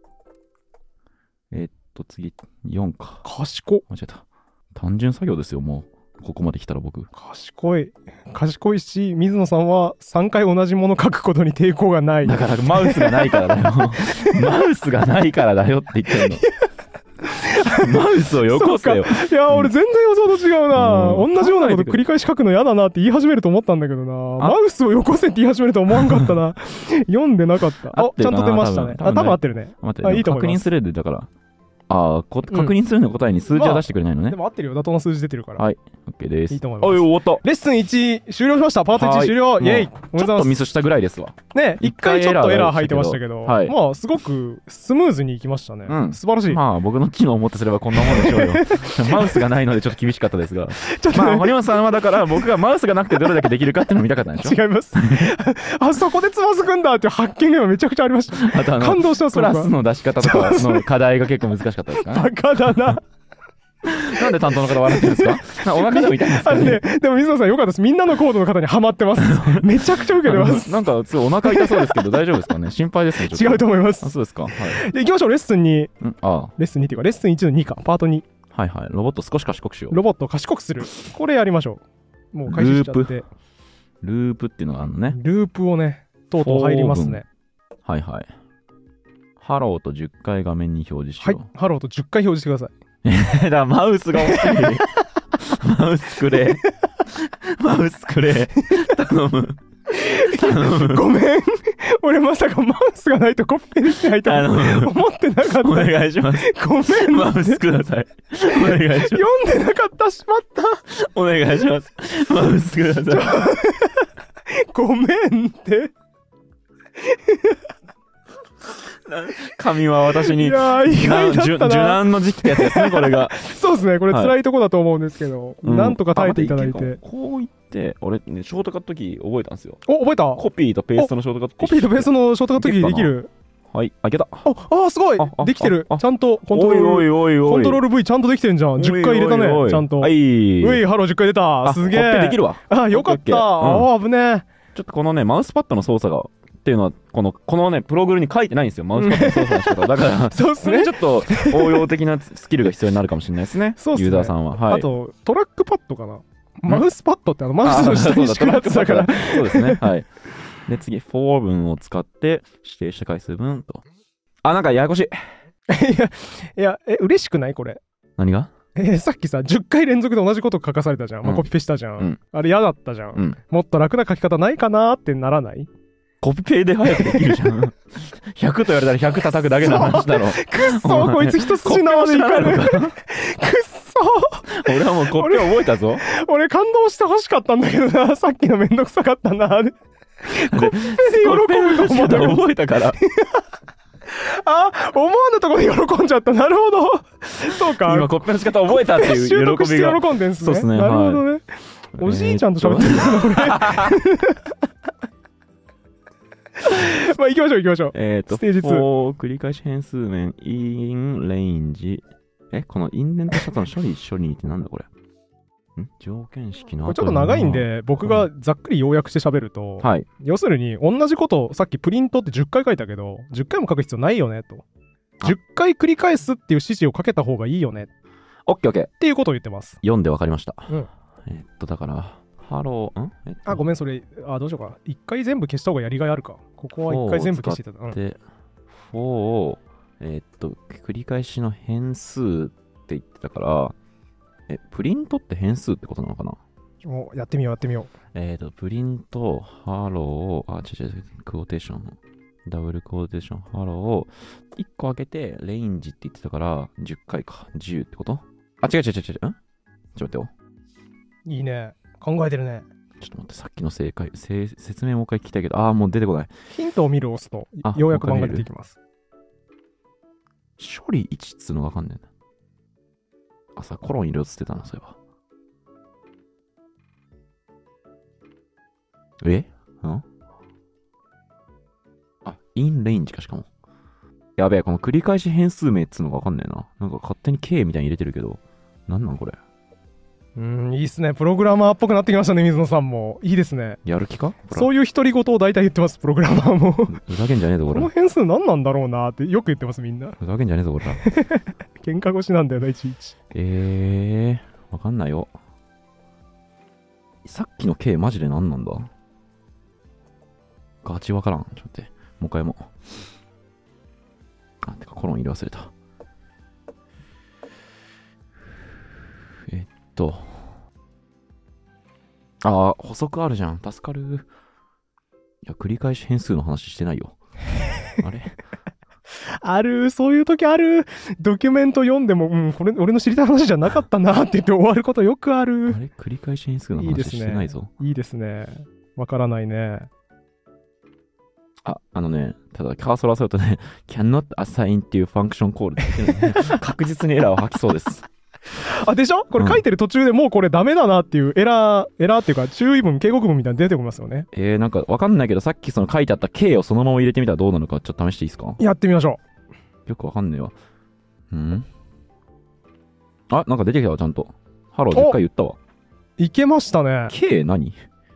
えっと、次、よんか。 賢っ。 間違えた。単純作業ですよ、もう。ここまで来たら僕。 賢い。賢いし、水野さんはさんかい同じもの書くことに抵抗がない。 だからマウスがないからだよ。マウスがないからだよって言ってんの。マウスをよこせよ。 いや、俺全然予想と違うな。うん、同じようなこと繰り返し書くの嫌だなって言い始めると思ったんだけどな。マウスをよこせって言い始めると思わんかったな。読んでなかった。あ、ちゃんと出ましたね。あ、多分合ってるね。 あ、いいと思います。確認するで、だから。ああ、確認するの答えに数字は出してくれないのね。まあ、 でも合ってるよ。ダトの数字出てるから。 はい。OK です。 いいと思います。 あ、終わった。 レッスンいち終了しました。パートいち終了。イェイ。 ちょっとミスしたぐらいですわ。 ね、一回ちょっとエラー入ってましたけど、はい、まあ、すごくスムーズにいきましたね。うん、素晴らしい。 まあ、僕の機能をもってすればこんなもんでしょうよ。マウスがないのでちょっと厳しかったですが。ちょっと、ね、まあ、堀本さんはだから僕がマウスがなくてどれだけできるかっていうのを見たかったんでしょ。 違います。あそこでつまずくんだっていう発見がめちゃくちゃありました。あとあの、感動してます。 クラスの出し方とかの課題が結構難しかったですかね。 バカだな。 なんで担当の方笑ってるんですか？お腹でも痛いんですかね。 でも水野さんよかったです。みんなのコードの方にハマってます。めちゃくちゃ受けてます。 なんかすごいお腹痛そうですけど大丈夫ですかね。心配ですね。 違うと思います。 あ、そうですか。はい。 で、行きましょう。レッスンに。 ああ。 レッスンにっていうかレッスンいちのにか。パートに。 はいはい。ロボット少し賢くしよう。 ロボットを賢くする。これやりましょう。もう開始しちゃって。 ループっていうのがあるのね。 ループをね、とうとう入りますね。 はいはい。ハローとじゅっかい画面に表示しよう。 はい。ハローとじゅっかい表示してください。 だからマウスが欲しい。マウスくれ。マウスくれ。頼む。頼む。 ごめん。俺まさかマウスがないとコピペできないと思ってなかった。お願いします。 ごめん。 マウスください。お願いします。 読んでなかった。しまった。 お願いします。マウスください。 ごめんって。 神は私に。 いやー、意外だったな。 受難の時期ってやつですね、これが。 そうですね、これ辛いとこだと思うんですけど、はい、なんとか耐えていただいて。 うん、こう言って、俺ね、ショートカットキー覚えたんですよ。 お、覚えた？ コピーとペーストのショートカットキー。コピーとペーストのショートカットキーできる。 はい、あ、いけた。 あ、あ、すごいできてる。ちゃんとコントロール。 おいおいおいおい。 コントロール V ちゃんとできてんじゃん。じゅっかい入れたね、ちゃんと。 はい。 うい、ハローじゅっかい出た。すげえ。 コピーできるわ。 あ、よかった。ああ、危ねえ。 ちょっとこのね、マウスパッドの操作が、っていうのはこのこのねプログルに書いてないんですよ、マウスパッドの操作の仕方。だからそうですね、 ちょっと応用的なスキルが必要になるかもしれないですね。そうですね、ユーザーさんは。はい、 あとトラックパッドかな。 マウスパッドってあのマウスの下に敷くやつだから。 そうですね。はい。で、次、for 文を使って指定した回数分と。あ、なんかややこしい。 いや、いや、え、嬉しくないこれ。 何がえー、さっきさ、じゅっかい連続で同じこと書かされたじゃん。まあ、コピペしたじゃん。うん、あれ嫌だったじゃん、うん。もっと楽な書き方ないかなーってならない？ コピペで早くできるじゃん。ひゃくと言われたらひゃく叩くだけの話だろ。 くっそーこいつ一筋縄でいかる。くっそー俺はもうコピペ覚えたぞ。 俺、俺感動して欲しかったんだけどな。さっきのめんどくさかったな。コピペで喜ぶと思った覚えたから。 あ、思わぬところで喜んじゃった。なるほど。そうか。 今コッペの仕方覚えたっていう喜びが。 習得して喜んでんすね。 そうですね。 なるほどね。はい、おじいちゃんと喋ってるんだな、これ。まあ行きましょう行きましょう。 えっと、 ステージツー。 繰り返し変数面 in range。え、このインデントしたとの処理処理ってなんだこれ。ん条件式の。 これちょっと長いんで、僕がざっくり要約して喋ると、はい、要するに同じことをさっきプリントってじゅっかい書いたけど、じゅっかいも書く必要ないよねと。じゅっかい繰り返すっていう指示をかけた方がいいよね。 オッケーオッケー。 っていうことを言ってます。 読んでわかりました。 うん、 えっと、だから、ハロー、ん、 えっと、あ、ごめん、それ、あ、どうしようか。一回全部消した方がやりがいあるか。ここは一回全部消してた。 うん。で、for を、えっと、繰り返しの変数って言ってたから、え、プリントって変数ってことなのかな？ お、やってみよう、やってみよう。 えっと、プリント、ハロー、あ、違う違う、クオーテーション、ダブルクオーテーション、ハローをいっこ開けて、レインジって言ってたから、じゅっかいか、じゅうってこと？あ、違う違う違う違う、ん？ちょっと待ってよ。 いいね。考えてるね。 ちょっと待って、さっきの正解、説明もう一回聞きたいけど、あー、もう出てこない。 ヒントを見るを押すと、ようやく漫画出てきます。 処理いちっつうのがわかんねえな。あ、さ、コロン入れようっつってたな、そういえば。え？ん？あ、インレンジかしかも。やべえ、この繰り返し変数名っつうのがわかんねえな。なんか勝手に K みたいに入れてるけど、なんなんこれ。 うーん、いいっすね。プログラマーっぽくなってきましたね、水野さんも。いいですね。 やる気か？ そういう独り言を大体言ってます、プログラマーも。 ふざけんじゃねえぞ、これ。 この変数何なんだろうなってよく言ってます、みんな。 ふざけんじゃねえぞ、これ。 喧嘩腰なんだよな、いちいち。 えー、わかんないよ。さっきの K マジで何なんだ？ガチわからん。ちょっと待って。もう一回も。あ、てかコロン入れ忘れた。えっと。ああ、補足あるじゃん。助かる。いや、繰り返し変数の話してないよ。あれある、そういう時ある。ドキュメント読んでも、うん、これ、俺の知りたい話じゃなかったなって言って終わることよくある。 あれ繰り返し変数の話してないぞ。 いいですね。わからないね。 あ、あのね、ただカーソルを押すとね、cannot assign っていうファンクションコールって言ってるので、確実にエラーを吐きそうです。 あ、でしょ？これ書いてる途中でもうこれダメだなっていうエラー、エラーっていうか注意文、警告文みたいなの出てきますよね。 えー、なんかわかんないけど、さっきその書いてあった K をそのまま入れてみたらどうなのかちょっと試していいですか？ やってみましょう。よくわかんねえわ。ん？あ、なんか出てきたわ、ちゃんと。ハローじゅっかい言ったわ。 いけましたね。 K 何？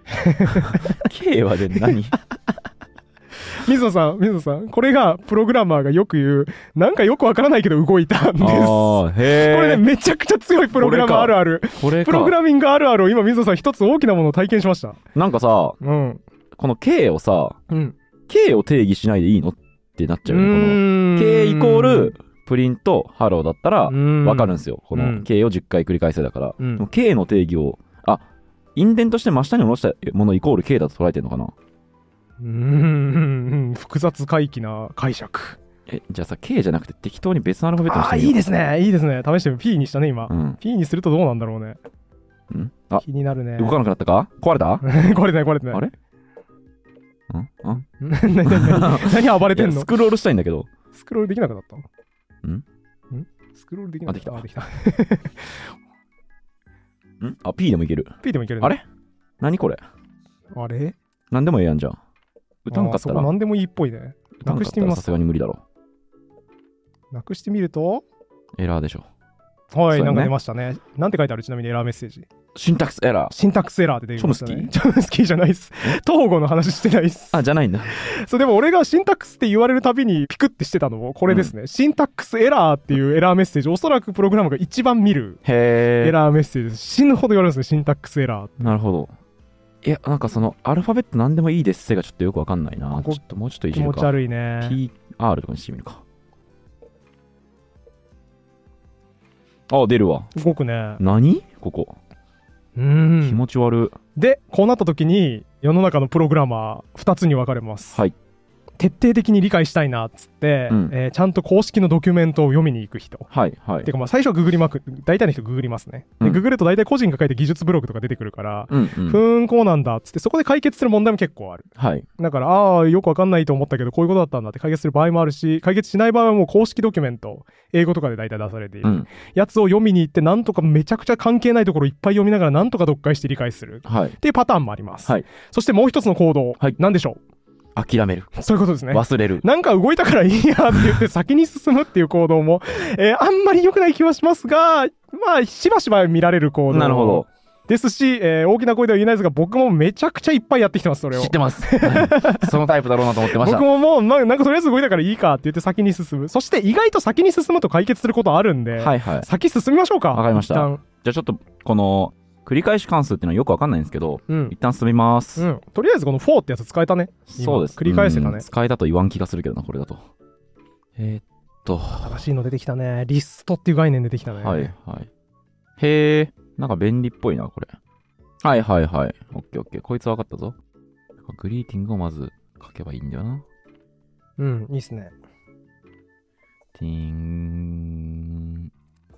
K はで何？ 水野さん、水野さん、これがプログラマーがよく言う、なんかよくわからないけど動いたんです。あー、へー。 これね、めちゃくちゃ強いプログラマーあるある。 これか。 プログラミングあるあるを今、水野さん一つ大きなものを体験しました。 なんかさ、うん、この K をさ、うん、K を定義しないでいいのってなっちゃうよね。この K イコールプリントハローだったらわかるんですよ。この K をじゅっかい繰り返せだから。うん、K の定義を、あ、インデントして真下に下ろしたものイコール K だと捉えてるのかな？ うーん、複雑怪奇な解釈。 え、じゃあさ、K じゃなくて適当に別のアルファベットにしてみよう。 あ、いいですね、いいですね。試してみ P にしたね、今。うん、P にするとどうなんだろうね。 んあ、 気になるね。 動かなくなったか？壊れた？ 壊れてない、壊れてない。 あれ？んん何、何、何、何暴れてんの？ スクロールしたいんだけど。 スクロールできなくなったの？ んんスクロールできなくなった。 あ、できた。んあ、P でもいける。 P でもいける、ね。 あれ？何これ？ あれ？ なんでもええやんじゃん。歌んかったら。 何でもいいっぽいね。なくしてみます。 さすがに無理だろ。 なくしてみるとエラーでしょ。 はい、ね、なんか出ましたね。なんて書いてある？ちなみにエラーメッセージ。 シンタックスエラー。 シンタックスエラーって出てきましたね。 チョムスキー？ チョムスキーじゃないっす。東郷の話してないっす。 あ、じゃないんだ。 そう、でも俺がシンタックスって言われるたびにピクってしてたのもこれですね。うん、シンタックスエラーっていうエラーメッセージ、おそらくプログラムが一番見るエラーメッセージです。死ぬほど言われるんですね、シンタックスエラー。 なるほど。いや、なんかそのアルファベットなんでもいいですせがちょっとよくわかんないな。ちょっともうちょっといじるか。 気持ち悪いね。 ピーアール とかにしてみるか。あ、出るわ。 動くね。 何ここ。 うーん。 気持ち悪い。 で、こうなった時に世の中のプログラマーふたつに分かれます。 はい。 徹底的に理解したいなっつって、うん、えー、ちゃんと公式のドキュメントを読みに行く人。 はいはい。 てかまあ最初はググりまく大体の人ググりますね。で、うん、ググると大体個人が書いた技術ブログとか出てくるから、うんうん、ふーんこうなんだっつってそこで解決する問題も結構ある。 はい。 だからああよくわかんないと思ったけどこういうことだったんだって解決する場合もあるし、解決しない場合はもう公式ドキュメント英語とかで大体出されている、うん、やつを読みに行ってなんとかめちゃくちゃ関係ないところいっぱい読みながらなんとか読解して理解する、はい、っていうパターンもあります。はい。そしてもう一つの行動、はい、何でしょう？ 諦める。 そういうことですね。 忘れる。 なんか動いたからいいやって言って先に進むっていう行動も、えー、あんまり良くない気はしますが、まあしばしば見られる行動。 なるほど。 ですし、えー、大きな声では言えないですが、僕もめちゃくちゃいっぱいやってきてます、それを。 知ってます。はい、そのタイプだろうなと思ってました。 僕ももう、まあ、なんかとりあえず動いたからいいかって言って先に進む。そして意外と先に進むと解決することあるんで、はいはい、先進みましょうか。 わかりました。じゃあちょっと、この、繰り返し関数っていうのはよくわかんないんですけど、うん、一旦進みます、うん。 とりあえずこのフォーってやつ使えたね。 そうです。 繰り返せたね。 使えたと言わん気がするけどな、これだと。えー、っと。 新しいの出てきたね。リストっていう概念出てきたね。 はいはい。へえ、なんか便利っぽいな、これ。はいはいはい。オッケーオッケー。こいつ分かったぞ。グリーティングをまず書けばいいんだよな。 うん、いいっすね。 ティーン、ん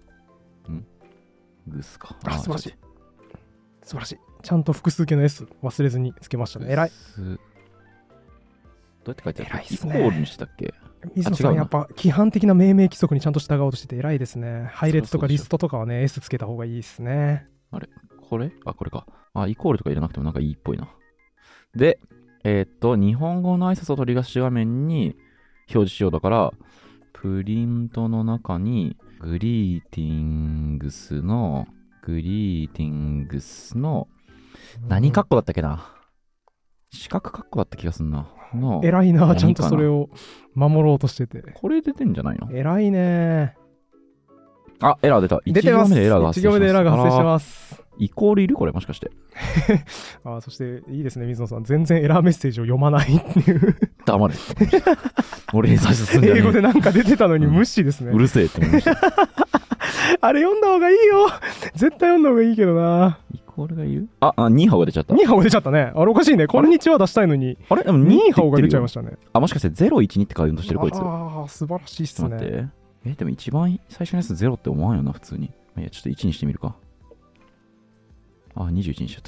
グスか。 あ、素晴らしい。素晴らしい。ちゃんと複数形の S 忘れずにつけましたね。偉い。 どうやって書いてある？ 偉いっすね。 イコールにしたっけ？ 水野さんやっぱ規範的な命名規則にちゃんと従おうとしてて偉いですね。配列とかリストとかはね、S つけた方がいいですね。 あれこれあ、これか。あ、イコールとか入れなくてもなんかいいっぽいな。で、えー、っと、日本語の挨拶を取り出し画面に表示しようだから、プリントの中に、グリーティングスの、グリーティングスの、何カッコだったっけな、四角カッコだった気がすんな。の偉いな、ちゃんとそれを守ろうとしてて。 これ出てんじゃないの？ 偉いね。 あ、エラー出た。 出てます。 いち行目でエラーが発生します。 いち行目でエラーが発生してます。 イコールいるこれもしかして。 あ、そしていいですね、水野さん。全然エラーメッセージを読まないっていう。 黙れ。俺に最初すんじゃねえ。 英語でなんか出てたのに無視ですね。 うん、うるせえって思いました。 あれ読んだ方がいいよ。絶対読んだ方がいいけどな。 イコールがいる？あ、あ、ニーハオが出ちゃった。 ニーハオが出ちゃったね。あれおかしいね。こんにちは出したいのに。 あれでもニーハオが出ちゃいましたね。 あ、もしかしてゼロいちにって書いようとしてるこいつ。 ああ、素晴らしいっすね。 待って。え、でも一番最初のやつゼロって思わんよな、普通に。いや、ちょっといちにしてみるか。あ、にじゅういちにしちゃった。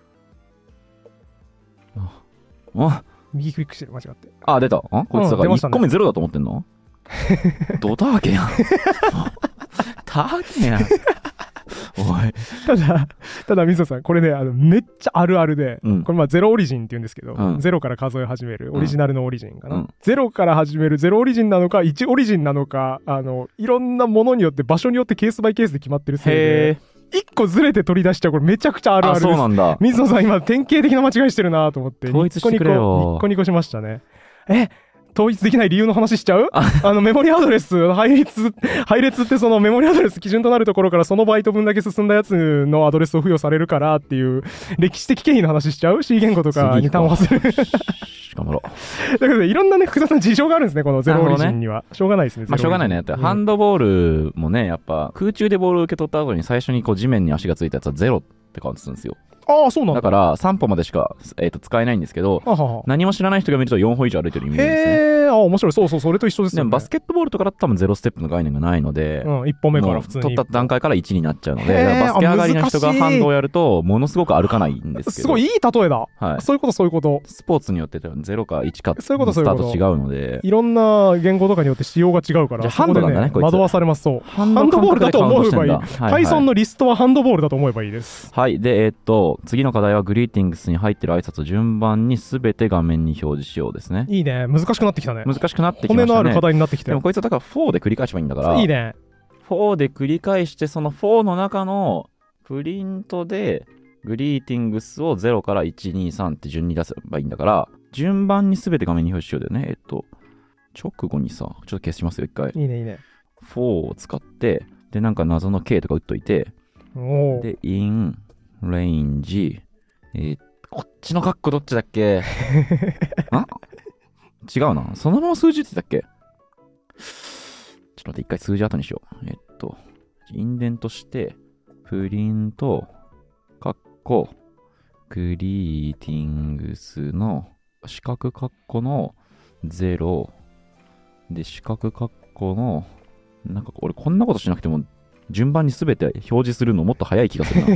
あ、あ右クリックしてる、間違って。 あ、出た。あ、こいつだからいっこめゼロだと思ってんの？ドターケやん。ターケやん。おい。 ただ、ただ、水野さん、これね、あのめっちゃあるあるで、うん、これまあゼロオリジンって言うんですけど、うん、ゼロから数え始める、オリジナルのオリジンかな。うん、ゼロから始める、ゼロオリジンなのか、いちオリジンなのか、あの、いろんなものによって、場所によってケースバイケースで決まってるせいで、いっこずれて取り出しちゃう、これめちゃくちゃあるあるです。 あ、そうなんだ。 水野さん、今、典型的な間違いしてるなと思って、 統一してくれよ。 ニッコニコ、ニッコニコしましたね。え統一できない理由の話しちゃう？あのメモリアドレス配列配列ってそのメモリアドレス基準となるところからそのバイト分だけ進んだやつのアドレスを付与されるからっていう歴史的経緯の話しちゃう？ C 言語とかに端を忘れる。 頑張ろう。 だけどいろんなね複雑な事情があるんですね、このゼロオリジンには。ね、しょうがないですね。 まあしょうがないね。だってハンドボールもね、やっぱ空中でボールを受け取った後に最初にこう地面に足がついたやつはゼロってカウントするんですよ。 ああ、そうなんだ。 だからさん歩までしか、えー、と使えないんですけど、ははは何も知らない人が見るとよん歩以上歩いてるイメージですね。 へえ、あ、面白い。そうそう、それと一緒ですよね。 でもバスケットボールとかだと多分ゼロステップの概念がないので、 うん、いっぽんめから普通に取った段階からいちになっちゃうので、バスケ上がりの人がハンドをやるとものすごく歩かないんですけど。 すごいいい例えだ。 はい。 そういうことそういうこと。 スポーツによってゼロかいちかそういうことそういうことスタート違うので、 いろんな言語とかによって仕様が違うから、 じゃハンドなんだね、こいつ。 惑わされます。そう。ハンドボールだと思えばいい。Python のリストはハンドボールだと思えばいいです。 はい。で、えっと次の課題はグリーティングスに入ってる挨拶を順番にすべて画面に表示しようですね。 いいね。難しくなってきたね。 難しくなってきましたね。 骨のある課題になってきて。 でもこいつはだからフォーで繰り返せばいいんだから。 いいね。 フォーで繰り返して、そのフォーの中のプリントで、グリーティングスをゼロからいち、に、さんって順に出せばいいんだから、順番にすべて画面に表示しようだよね。えっと、直後にさ、ちょっと消しますよ、一回。 いいね、いいね。 フォーを使って、で、なんか謎の K とか打っといて、 おで、in、range、えー、こっちのカッコどっちだっけあ違うな。そのまま数字打ってたっけちょっと待って、一回数字後にしよう。えっと、インデントして、プリント、カッコ、グリーティングスの、四角カッコのゼロ、で、四角カッコの、なんか俺こんなことしなくても、順番にすべて表示するのもっと早い気がするな。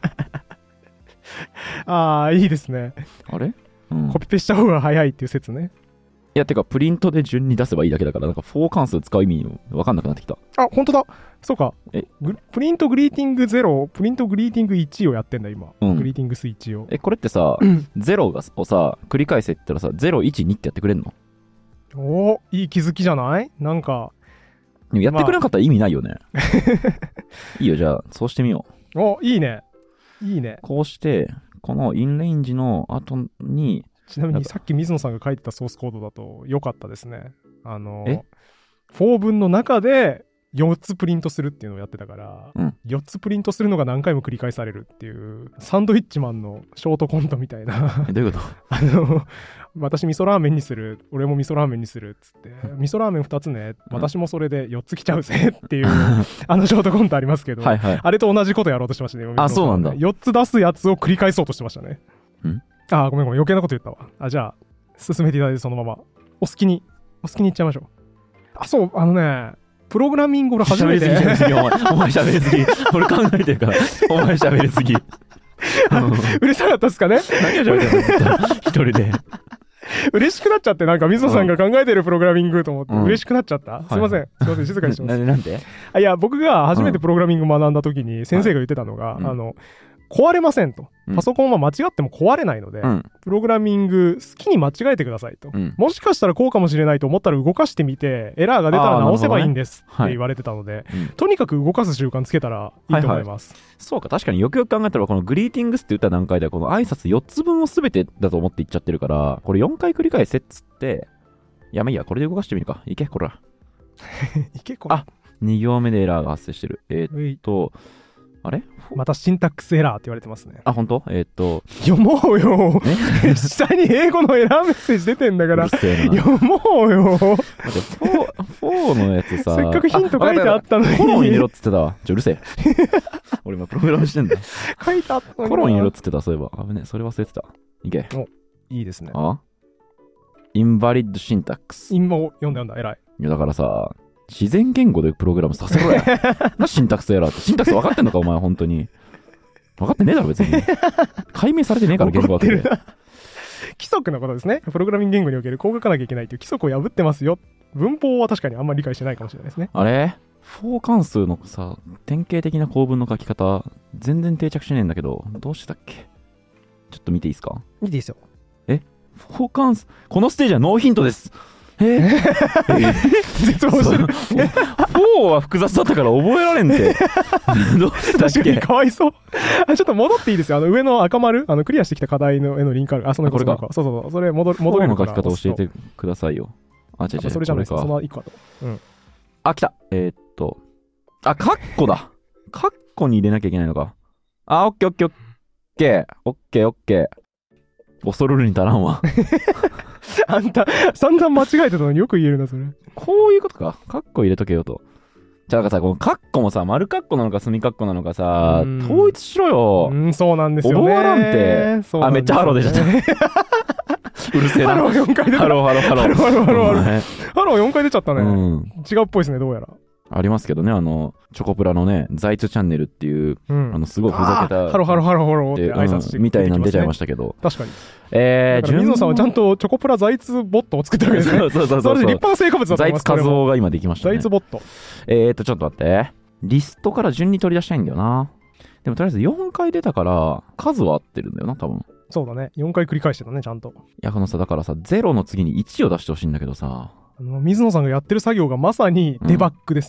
ああ、いいですね。 あれ、うん、 コピペした方が早いっていう説ね。 いや、てか、プリントで順に出せばいいだけだから、なんか、フォー関数使う意味わかんなくなってきた。 あ、ほんとだ。そうか。 えプリントグリーティングゼロ、プリントグリーティングいちをやってんだ、今。 うん、 グリーティングスいちを。 え、これってさ、ゼロをさ、繰り返せって言ったらさ、ゼロ、いち、にってやってくれんの？ おー、いい気づきじゃない？なんか。 やってくれなかったら意味ないよね。まあ、いいよ、じゃあ、そうしてみよう。お、いいね。いいね。 こうして、このインレンジの後に、 ちなみにさっき水野さんが書いてたソースコードだと良かったですね。あの、フォー文の中でよっつプリントするっていうのをやってたから、うん、よっつプリントするのが何回も繰り返されるっていう、サンドイッチマンのショートコントみたいな。 どういうこと？ あの、私味噌ラーメンにする、俺も味噌ラーメンにするっつって、味噌ラーメンふたつね、私もそれでよっつ来ちゃうぜっていう、あのショートコントありますけど、はい、はい、あれと同じことやろうとしてましたね。 あ、そうなんだ。 よっつ出すやつを繰り返そうとしてましたね。 んあ、ごめんごめん、余計なこと言ったわ。あ、じゃあ、進めていただいてそのまま、お好きに、お好きにいっちゃいましょう。あ、そう、あのね、プログラミング俺初めて。 喋りすぎ、お前喋りすぎ。俺考えてるから、お前喋りすぎ。 うるさかったっすかね？ 何を喋ってんの一人で。 嬉しくなっちゃって、なんか水野さんが考えてるプログラミングと思って、嬉しくなっちゃった。すいません、すいません、静かにします。 なんで？ あ、いや、僕が初めてプログラミング学んだ時に先生が言ってたのが、あの、壊れませんと。パソコンは間違っても壊れないので、うん、プログラミング好きに間違えてくださいと、うん、もしかしたらこうかもしれないと思ったら動かしてみてエラーが出たら直せばいいんですって言われてたので、ね、はい、とにかく動かす習慣つけたらいいと思います、はいはい、 そうか、確かによくよく考えたらこのグリーティングスって言った段階ではこの挨拶よっつぶんを全てだと思って言っちゃってるから、これよんかい繰り返せっつってやめいや、これで動かしてみるか。いけこらいけこら。 あ、に行目でエラーが発生してる。えー、っとあれまたシンタックスエラーって言われてますね。 あ、本当？えー、っと読もうよ下に英語のエラーメッセージ出てんだから読もうよ。 待って、フォーのやつさ、 せっかくヒント書いてあったのに。 コロン入れろっつってたわ。ちょ、うるせえ俺今プログラムしてんだ書いてあったのに。 コロン入れろっつってた、そういえば。あぶね、それ忘れてた。いけ。 お、いいですね。 あインバリッドシンタックス。 今を読んだ読んだ、偉い。 いやだからさ、自然言語でプログラムさせろやな、シンタックスエラーって。シンタックス分かってんのかお前、本当に。分かってねえだろ別に。解明されてねえから言語学で。規則のことですね。プログラミング言語におけるこう書かなきゃいけないという規則を破ってますよ。文法は確かにあんまり理解してないかもしれないですね。 あれフォー関数のさ、典型的な構文の書き方、全然定着しねえんだけど、どうしてたっけ？ちょっと見ていいですか？ 見ていいですよ。 えフォー関数、このステージはノーヒントです。ええ絶望してる。 フォーは複雑だったから覚えられんて。どうしてたっけ？ 確かにかわいそう。あ、ちょっと戻っていいですよ。あの上の赤丸、あのクリアしてきた課題の絵のリンクある。あ、そのこれか。 そうそうそう。それ戻る戻れるから。 フォーの書き方教えてくださいよ。あ、違う違う。 それじゃないですか。そのいっこだと。うん。 あ、来た。えー、っと。あ、カッコだ。カッコに入れなきゃいけないのか。あ、オッケーオッケーオッケー。オッケーオッケー。恐るるに足らんわ。 あんた、散々間違えてたのによく言えるな、それ。 こういうことか。カッコ入れとけよと。じゃあなんかさ、このカッコもさ、丸カッコなのか隅カッコなのかさ、統一しろよ。 うん、そうなんですよね。 覚わらんて。あ、めっちゃハロー出ちゃった。うるせえな。 ハローよんかい出た。 ハローハローハロー。 ハローハローハローハロー。ハローよんかい出ちゃったね。 うん、 違うっぽいですね、どうやら。 ありますけどね、あの、チョコプラのね、ザイツチャンネルっていう、うん、あの、すごいふざけた。 ハローハローハローハローって挨拶して、 うん、みたいなの出ちゃいましたけど。 確かに。 えー、 水野さんはちゃんとチョコプラザイツボットを作ったわけですね。そうそうそうそう。それで立派な成果物だと思います。 ザイツ画像が今できましたね。 ザイツボット。 えーと、ちょっと待って。リストから順に取り出したいんだよな。でもとりあえずよんかい出たから、数は合ってるんだよな、多分。 そうだね。よんかい繰り返してたね、ちゃんと。 いや、このさ、だからさ、ゼロの次にいちを出してほしいんだけどさ。 あの、水野さんがやってる作業がまさにデバッグです。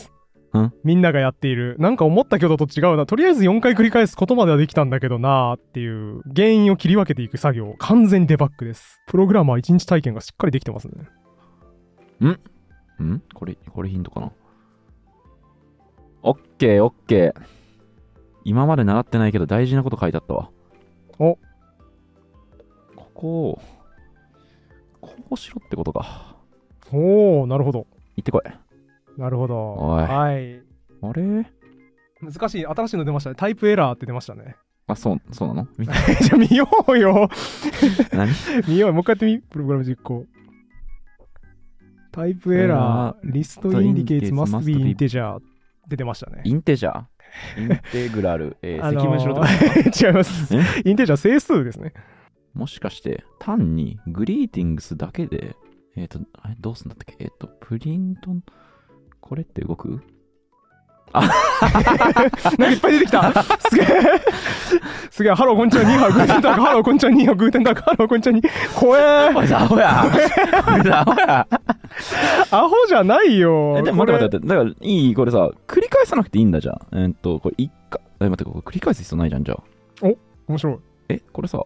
んみんながやっている、なんか思ったけどと違うな、とりあえずよんかい繰り返すことまではできたんだけどなーっていう原因を切り分けていく作業、完全デバッグです。プログラマーいちにち体験がしっかりできてますね。 んんこれ、これヒントかな。オッケーオッケー。今まで習ってないけど大事なこと書いてあったわ。 おここを、こうしろってことか。 おー、なるほど。 行ってこい。 なるほど。 おい。 はい。 あれ難しい、新しいの出ましたね。タイプエラーって出ましたね。 あ、そう、そうなのじゃあ見ようよ。 何見よう。もう一回やってみ、プログラム実行。タイプエラー、リストインディケーツ must be integer 出てましたね。 インテジャーインテグラル、えー、 あのー、 積分しろって違います。インテジャー整数ですね。 もしかして、単にグリーティングスだけで、えっ、ー、と、あれどうすんだったっけえっ、ー、と、プリント、これって動くあなんかいっぱい出てきたすげえすげえハローこんにちはニーハオグーテンタークハローこんにちはニーハオグーテンタークハローこんにちはニー怖えおいアホやおいアホやアホじゃないよ。 えでも待って待って待って、だからいいこれさ、繰り返さなくていいんだじゃん。えー、っと、これ一回、え、待って、これ繰り返す必要ないじゃん、じゃあ。 お、面白い。 え、これさ、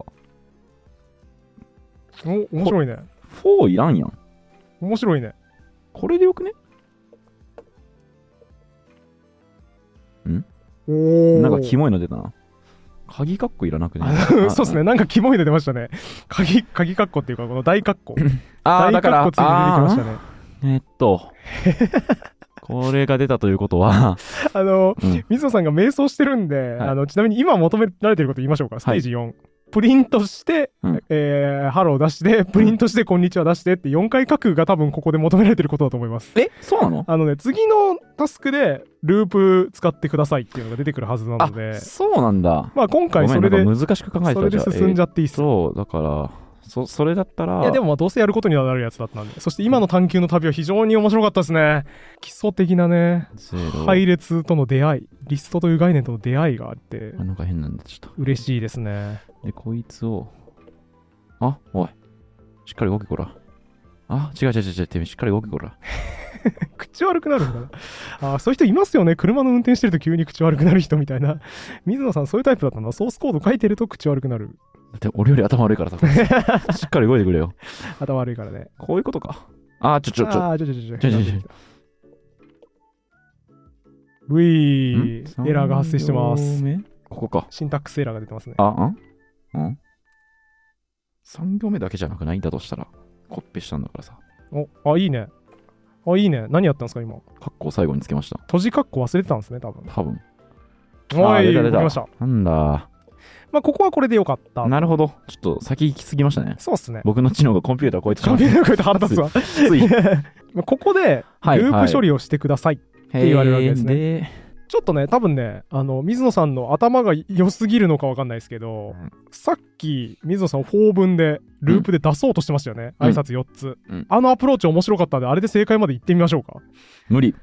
お、面白いね。 フォーいらんやん。 面白いね。 これでよくねんおー。 なんかキモいの出たな。鍵カッコいらなくねそうですね。なんかキモいの出ましたね。鍵、鍵カッコっていうか、この大カッコ。 あー、だから、 大カッコついて出てきましたね。 えー、っと、これが出たということは、 あの、 うん、 水野さんが迷走してるんで、はい、あの、ちなみに今求められてること言いましょうか。ステージよん。はい、プリントして、うん、えー、ハロー出して、プリントして、こんにちは出してってよんかい書くが多分ここで求められてることだと思います。 え、そうなの？ あのね、次のタスクでループ使ってくださいっていうのが出てくるはずなので。 そうなんだ。 まあ今回それで、 難しく考えてた。 それで進んじゃっていいっす。 そう、だから、そ, それだったら。 いやでもまあどうせやることにはなるやつだったんで。そして今の探求の旅は非常に面白かったですね。基礎的なね、配列との出会い、リストという概念との出会いがあって、 なんか変なんでちょっと。 嬉しいですね。 で、こいつを、あ、おい、しっかり動けこら。あ、違う違う違う違う、しっかり動けこら。 口悪くなるんだな。あ、そういう人いますよね。車の運転してると急に口悪くなる人みたいな。水野さんそういうタイプだったんだ。ソースコード書いてると口悪くなる。 だって俺より頭悪いからさ。しっかり動いてくれよ。 頭悪いからね。 こういうことか。あー、ちょちょちょ。 あー、ちょちょちょちょ。ちょちょちょ。ういー、エラーが発生してます。 ここか。 シンタックスエラーが出てますね。 あ、んんさん行目だけじゃなくないんだとしたら、コッペしたんだからさ。 お、あ、いいね。あ、いいね。何やったんですか、今。 カッコを最後につけました。 閉じカッコ忘れてたんですね、多分。 多分。 おい、 出た出た。 来ました。 なんだ。 まあ、ここはこれでよかった。 なるほど。ちょっと先行き過ぎましたね。 そうっすね。 僕の知能がコンピューターを超えてしまった。 コンピューターを超えて腹立つわ。 つい。 ここで、ループ処理をしてくださいって言われるわけですね。はいはい、ちょっとね、多分ね、あの、水野さんの頭が良すぎるのかわかんないですけど、うん、さっき、水野さん法文で、ループで出そうとしてましたよね。うん、挨拶よっつ、うん。あのアプローチ面白かったんで、あれで正解まで行ってみましょうか。 無理。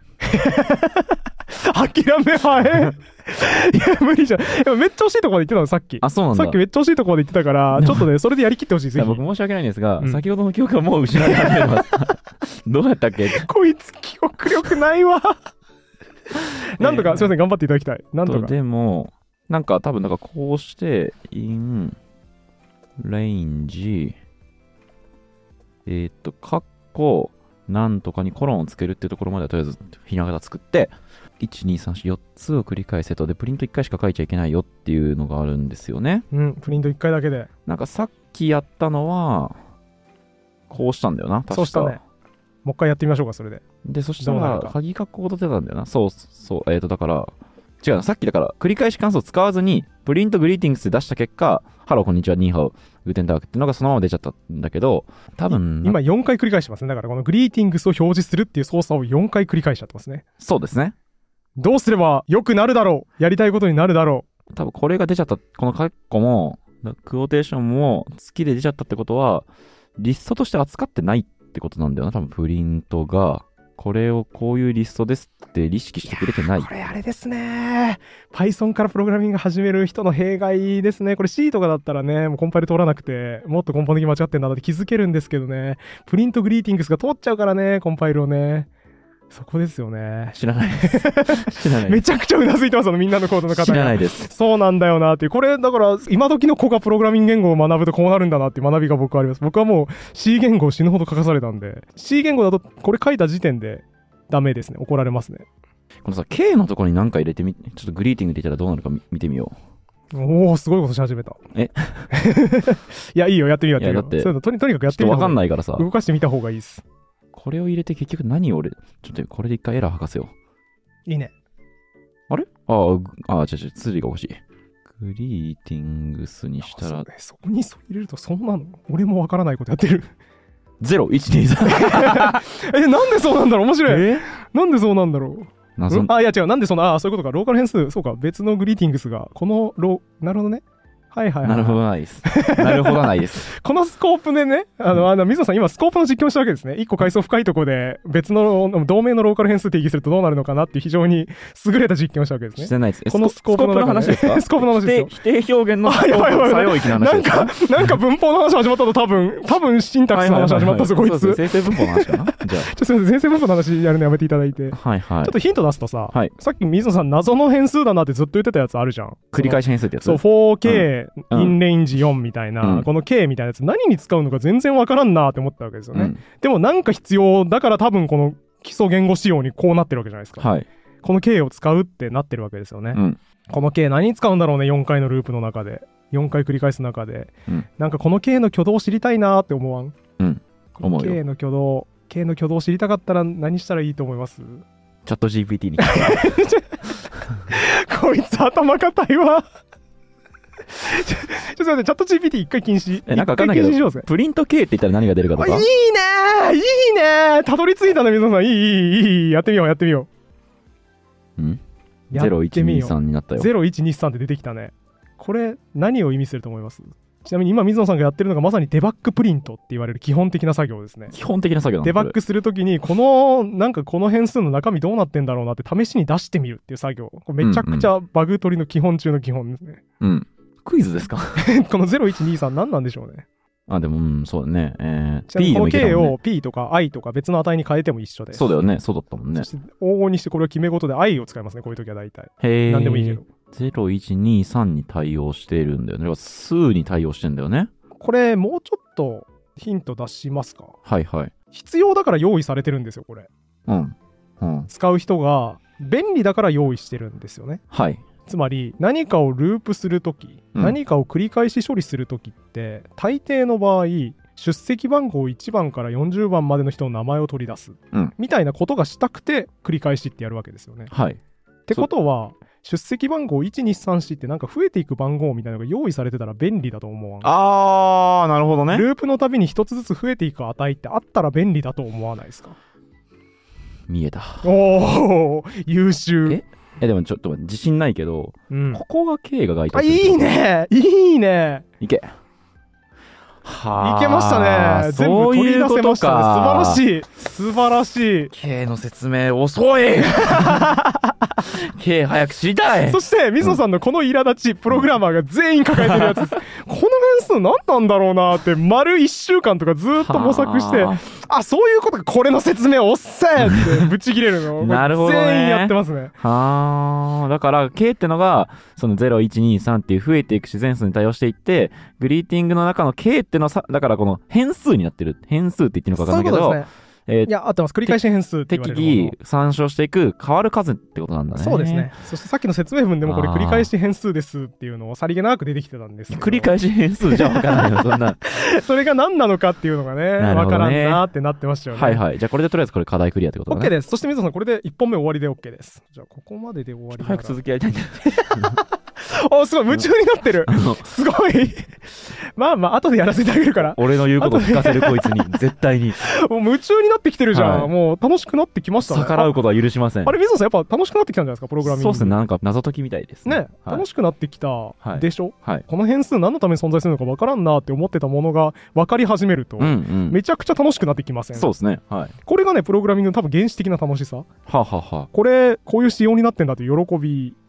諦めはえ。いや、無理じゃん。めっちゃ惜しいとこまで言ってたの、さっき。 あ、そうなんだ。 さっきめっちゃ惜しいとこまで言ってたから、ちょっとね、それでやりきってほしいです。 僕申し訳ないんですが、うん、先ほどの記憶はもう失われてます。どうやったっけこいつ記憶力ないわ。なんとか、えー、すいません、頑張っていただきたい。なんとか。 でも、なんか多分、なんかこうして、in range、えー、っと、カッコ、なんとかにコロンをつけるっていうところまではとりあえずひな形作って、いち、に、さん、よん、よっつを繰り返せと。で、プリントいっかいしか書いちゃいけないよっていうのがあるんですよね。 うん、プリントいっかいだけで。 なんかさっきやったのは、こうしたんだよな、確か。 そうしたね。もう一回やってみましょうか、それで。 で、そしたら、鍵括弧ごと出たんだよな。そうそう。えっと、だから、違うな。さっきだから、繰り返し関数を使わずに、プリントグリーティングスで出した結果、ハロー、こんにちは、ニーハオ、グーテンタークっていうのがそのまま出ちゃったんだけど、多分。 今よんかい繰り返してますね。だから、このグリーティングスを表示するっていう操作をよんかい繰り返しちゃってますね。 そうですね。 どうすれば良くなるだろう、やりたいことになるだろう。多分、これが出ちゃった、このカッコも、クオーテーションも好きで出ちゃったってことは、リストとして扱ってないってことなんだよな。多分、プリントが。これをこういうリストですって意識してくれてない。 これあれですね。Python からプログラミング始める人の弊害ですね。これ C とかだったらね、もうコンパイル通らなくて、もっと根本的に間違ってんだって気づけるんですけどね。プリントグリーティングスが通っちゃうからね、コンパイルをね。 そこですよね。 知らないです知らないですめちゃくちゃうなずいてます、みんなのコードの方が。 知らないです。 そうなんだよなっていう。これだから今時の子がプログラミング言語を学ぶとこうなるんだなっていう学びが僕はあります。僕はもう C 言語を死ぬほど書かされたんで、 C 言語だとこれ書いた時点でダメですね。怒られますね。 このさ K のところに何か入れてみ、ちょっとグリーティング入れたらどうなるか見てみよう。おお、すごいことし始めた。 えいや、いいよ、やってみよう、やってみよう。 いやだってそういうのとにとにかくやってみよう。 分かんないからさ、 動かしてみた方がいいです。 これを入れて結局何を俺、ちょっとこれで一回エラー吐かせよう。いいね。 あれああ、ああ、違う違う、ツリーが欲しい。グリーティングスにしたら。そ, ね、そこにそう入れるとそんなの俺もわからないことやってる。 ゼロ、いち、に、さん。 え、なんでそうなんだろう面白い。えなんでそうなんだろう謎あ、いや違う。なんでそんな、あ、そういうことか。ローカル変数、そうか。別のグリーティングスが、このロー、なるほどね。はいはいはい。 なるほどないです。なるほどないです。 このスコープでね、あの、あの、水野さん今スコープの実験をしたわけですね。一個階層深いところで別の同名のローカル変数定義するとどうなるのかなっていう非常に優れた実験をしたわけですね。 してないです。 このスコープの話ですか？スコープの話ですよ。 否定表現の作用域の話ですか？ なんか、なんか文法の話始まったと多分、多分シンタックスの話始まったぞ、こいつ。 生成文法の話かな？じゃあ。 ちょっとすみません、生成文法の話やるのやめていただいて。 はいはい。 ちょっとヒント出すとさ、 はい、 さっき水野さん謎の変数だなってずっと言ってたやつあるじゃん。 繰り返し変数ってやつ？ そう、フォーケー、インレインジよんみたいな、うん、この K みたいなやつ何に使うのか全然わからんなって思ったわけですよね、うん、でもなんか必要だから多分この基礎言語仕様にこうなってるわけじゃないですか、 はい、 この K を使うってなってるわけですよね、うん、この K 何に使うんだろうね。よんかいのループの中でよんかい繰り返す中で、うん、なんかこの K の挙動を知りたいなって思わん？ うん、思うよ。 K の挙動 K の挙動を知りたかったら何したらいいと思います？ チャット ジーピーティー にこいつ頭固いわちょっと待って、チャット ジーピーティー 一回禁止。 え、なんかわかんないけど、プリント K って言ったら何が出るかとか。 いいねーいいねーたどり着いたね、水野さん。いい、いい、いい。やってみよう、やってみよう。ん ?ゼロいちにさん になったよ。 ゼロいちにさんって出てきたね。これ、何を意味すると思います？ちなみに今、水野さんがやってるのがまさにデバッグプリントって言われる基本的な作業ですね。 基本的な作業なんだ。 デバッグするときに、この、なんかこの変数の中身どうなってんだろうなって試しに出してみるっていう作業。これめちゃくちゃバグ取りの基本中の基本ですね。 うん、うんクイズですかこのゼロいちにさん何なんでしょうね。 あ、でも、うん、そうだね。えー、 ちなみにこの K を P とか I とか別の値に変えても一緒です。 そうだよね。そうだったもんね。 そして往々にしてこれを決め事で I を使いますね。こういう時は大体。 へー。 何でもいいけど。 ゼロいちにさんに対応してるんだよね。数に対応してんだよね。 これもうちょっとヒント出しますか？ はいはい。 必要だから用意されてるんですよ、これ。 うん。うん、 使う人が便利だから用意してるんですよね。 はい。 つまり何かをループするとき、うん、何かを繰り返し処理するときって大抵の場合出席番号いちばんからよんじゅうばんまでの人の名前を取り出す、うん、みたいなことがしたくて繰り返しってやるわけですよね。 はい。 ってことは出席番号いちにさんよんってなんか増えていく番号みたいなのが用意されてたら便利だと思わん？ あー、なるほどね。 ループのたびに一つずつ増えていく値ってあったら便利だと思わないですか？ 見えた。 おー、優秀。 ええ、でもちょっと自信ないけど、うん、ここが K が該当する。あ、いいねいいねいけ。 はあ。いけましたね。全部取り出せましたね。素晴らしい。素晴らしい。 K の説明遅いK 早く知りたい。 そして、水野さんのこの苛立ち、プログラマーが全員抱えてるやつです。この変数何なんだろうなって、丸いっしゅうかんとかずっと模索して、あ、そういうことか、これの説明おっせーってぶち切れるの。 なるほどね。 全員やってますね。 はあ。だから、K ってのが、そのゼロいちにさんっていう増えていく自然数に対応していって、グリーティングの中の K ってのさ、だからこの変数になってる。変数って言っていいのか分かんないけど、 そういうことですね。えー、いや、合ってます。繰り返し変数って言われるもの。 適宜参照していく変わる数ってことなんだね。 そうですね。そしてさっきの説明文でもこれ繰り返し変数ですっていうのをさりげなく出てきてたんですけど。 繰り返し変数じゃ分からないよ、そんな。 それが何なのかっていうのがね、分、ね、からんなってなってましたよね。 はいはい。じゃあこれでとりあえずこれ課題クリアってことだね。 OK です。そして水野さん、これでいっぽんめ終わりで OK です。じゃあここまでで終わり。 早く続きやりたいんだよ。 お、すごい夢中になってる。すごい。まあまあ後でやらせてあげるから。 俺の言うこと聞かせるこいつに絶対に。 もう夢中になってきてるじゃん、はい、もう楽しくなってきましたね。 逆らうことは許しません。 あ, あれ水野さんやっぱ楽しくなってきたんじゃないですか、プログラミング。 そうですね、なんか謎解きみたいですね。 ね、はい、楽しくなってきたでしょ、 はいはい、 この変数何のために存在するのか分からんなって思ってたものが分かり始めると、うんうん、めちゃくちゃ楽しくなってきません？ そうですね、はい、 これがねプログラミングの多分原始的な楽しさ。はあ、はあはあ、 これこういう仕様になってんだという喜び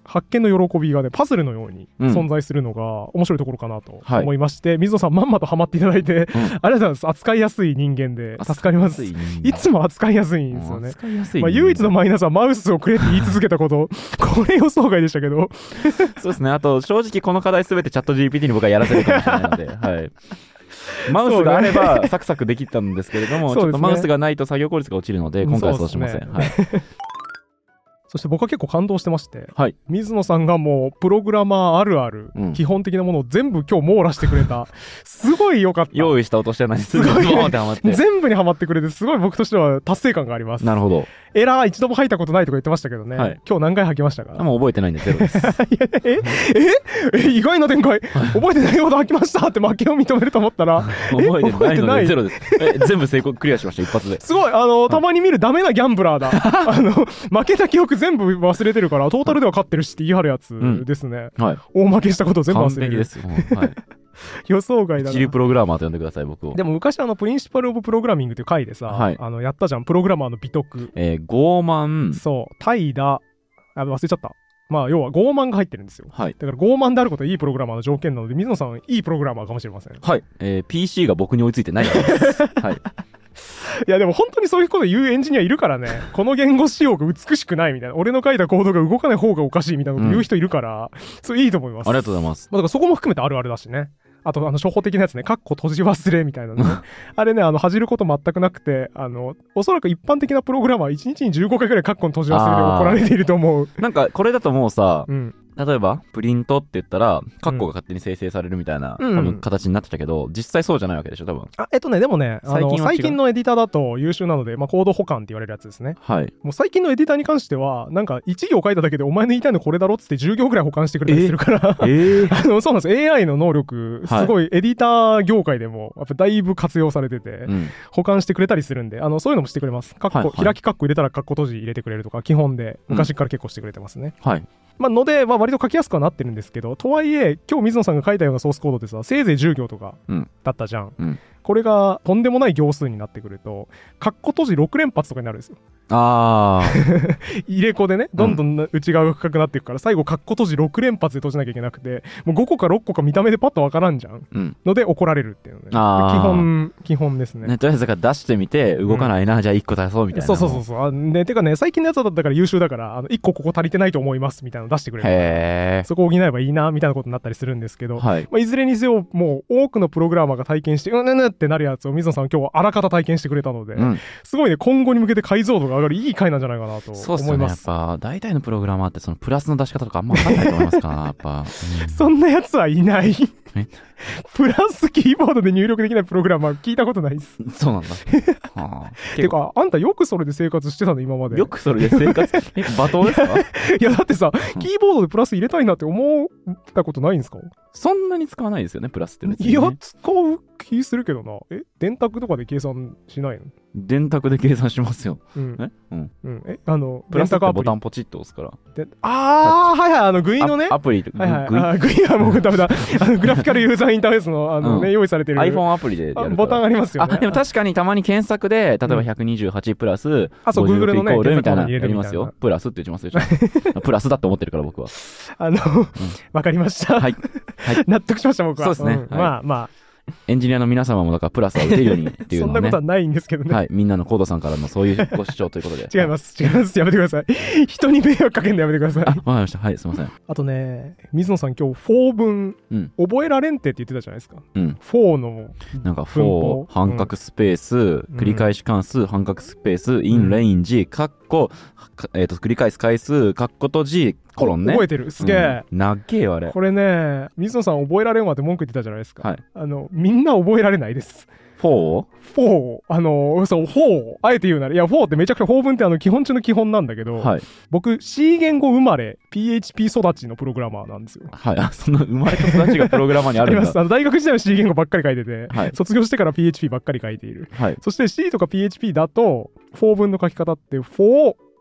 発見の喜びがねパズルのように存在するのが面白いところかなと思いまして、うん、水野さんまんまとハマっていただいて、うん、ありがとうございます。扱いやすい人間で助かります。いつも扱いやすいんですよね。まあ、唯一のマイナスはマウスをくれって言い続けたことこれ予想外でしたけどそうですね。あと正直この課題すべてチャット ジーピーティー に僕はやらせるかもしれないので、はい、マウスがあればサクサクできたんですけれども、ね、ちょっとマウスがないと作業効率が落ちるので今回はそうしません。はいそして僕は結構感動してまして、 はい、 水野さんがもうプログラマーあるある、うん、基本的なものを全部今日網羅してくれたすごい良かった。 用意した落とし穴にすごい全部にはまってくれてすごい僕としては達成感があります。 なるほど。 エラー一度も吐いたことないとか言ってましたけどね、はい、今日何回吐きましたか？ もう覚えてないんでゼロですえええ意外な展開、はい、覚えてないほど吐きましたって負けを認めると思ったら覚えてないのでゼロです。え全部成功クリアしました一発で。 すごいあの、はい、たまに見るダメなギャンブラーだあの負けた記憶全部忘れてるからトータルでは勝ってるしって言い張るやつですね、うんはい、大負けしたこと全部忘れる。 完璧ですよ、はい予想外だな。 一流プログラマーと呼んでください僕を。 でも昔あのプリンシパルオブプログラミングっていう回でさ、はい、あのやったじゃんプログラマーの美徳、 えー、傲慢、 そう怠惰、あ忘れちゃった。まあ要は傲慢が入ってるんですよ、はい、だから傲慢であることはいいプログラマーの条件なので水野さんいいプログラマーかもしれません。 はい、えー、ピーシー が僕に追いついてないですはいいやでも本当にそういうこと言うエンジニアいるからねこの言語仕様が美しくないみたいな、俺の書いたコードが動かない方がおかしいみたいなこと言う人いるから、うん、それいいと思います。 ありがとうございます。 まあ、だからそこも含めてあるあるだしね。あとあの初歩的なやつね、カッコ閉じ忘れみたいなねあれね、あの恥じること全くなくて、あのおそらく一般的なプログラマーいちにちにじゅうごかいぐらいカッコの閉じ忘れで怒られていると思う。 なんかこれだともうさ、うん、例えばプリントって言ったらカッコが勝手に生成されるみたいな、うん、多分形になってたけど、実際そうじゃないわけでしょ多分。 あえっとねでもねあの最近のエディターだと優秀なので、まあ、コード保管って言われるやつですね。 はい。 もう最近のエディターに関してはなんかいち行書いただけでお前の言いたいのこれだろっつってじゅう行ぐらい保管してくれたりするからえー、えー、あのそうなんです。 エーアイ の能力すごいエディター業界でもやっぱだいぶ活用されてて、うん、保管してくれたりするんで、あのそういうのもしてくれます。カッコ、はいはい、開きカッコ入れたらカッコ閉じ入れてくれるとか基本で昔から結構してくれてますね、 うん、はい。 まあ、ので、まあ、割と書きやすくはなってるんですけど、とはいえ今日水野さんが書いたようなソースコードってさせいぜいじゅう行とかだったじゃん、うんうん、これがとんでもない行数になってくるとカッコ閉じろく連発とかになるんですよ。 あ入れ子でねどんどん内側が深くなっていくから、うん、最後カッコ閉じろく連発で閉じなきゃいけなくてもうごこかろっこか見た目でパッとわからんじゃん、うん、ので怒られるっていうのね、基本基本ですね。 ねとりあえず出してみて動かないな、うん、じゃあいっこ出そうみたいな。 そうそうそうそう。ね、てかね最近のやつだったから優秀だからあのいっこここ足りてないと思いますみたいなの出してくれるから、 へそこを補えばいいなみたいなことになったりするんですけど、はい、まあ、いずれにせよもう多くのプログラマーが体験してうんぬぬってなるやつを水野さんは今日はあらかた体験してくれたので、うん、すごいね今後に向けて解像度が上がるいい回なんじゃないかなと思います。 そうっすね。やっぱ大体のプログラマーってそのプラスの出し方とかあんま分かんないと思いますからやっぱ、 うん、そんなやつはいないプラスキーボードで入力できないプログラマー聞いたことないです。 そうなんだはあ、 てかあんたよくそれで生活してたの今まで。 よくそれで生活え罵倒ですかいやだってさ、うん、キーボードでプラス入れたいなって思ったことないんですか？ そんなに使わないですよねプラスって別に、ね、 いや使う気するけどな。え電卓とかで計算しないの？ 電卓で計算しますよ。 うん、 え、うんうん、えあのプラスってボタンポチッと押すから。 でああはいはいあのグイのねアプリはいはい、グイあグイはもうダメだあのグラフィカルユーザーインターフェースのあの、ねうん、用意されてる iPhone アプリでやるからボタンありますよね。 あでも確かにたまに検索で例えばひゃくにじゅうはちプラス、うん、 あそう Google のねイコールみたいなやりますよ。プラスって打ちますでしょプラスだって思ってるから僕はあのわ、うん、かりましたはい、はい、 納得しました僕は。 そうですね、 うんはい、まあまあエンジニアの皆様もだからプラスは打てるようにっていうのは、ね、 そんなことはないんですけどね。 はい、みんなのコードさんからのそういうご主張ということで違います違いますやめてください人に迷惑かけるのやめてください。 あ、わかりました。はい、すいません。 あとね水野さん今日フォー文、うん、覚えられんてって言ってたじゃないですか、うん、フォーのなんかフォー半角スペース、うん、繰り返し関数半角スペース、うん、インレインジカッコ、えー、と繰り返す回数カッコと Gコロンね。 覚えてるすげえ、 うん、なっげえよあれ。 これね水野さん覚えられんわって文句言ってたじゃないですか、 はい、 あのみんな覚えられないです。 フォーフォー あのそうフォーあえて言うならいやフォーってめちゃくちゃ法文ってあの基本中の基本なんだけど、はい、僕 C 言語生まれ ピーエイチピー 育ちのプログラマーなんですよ。 はい、あその生まれと育ちがプログラマーにあるんだ。 あります。あの大学時代は C 言語ばっかり書いてて、はい、卒業してから ピーエイチピー ばっかり書いている、はい、そして C とか ピーエイチピー だとフォー文の書き方ってフォーカッ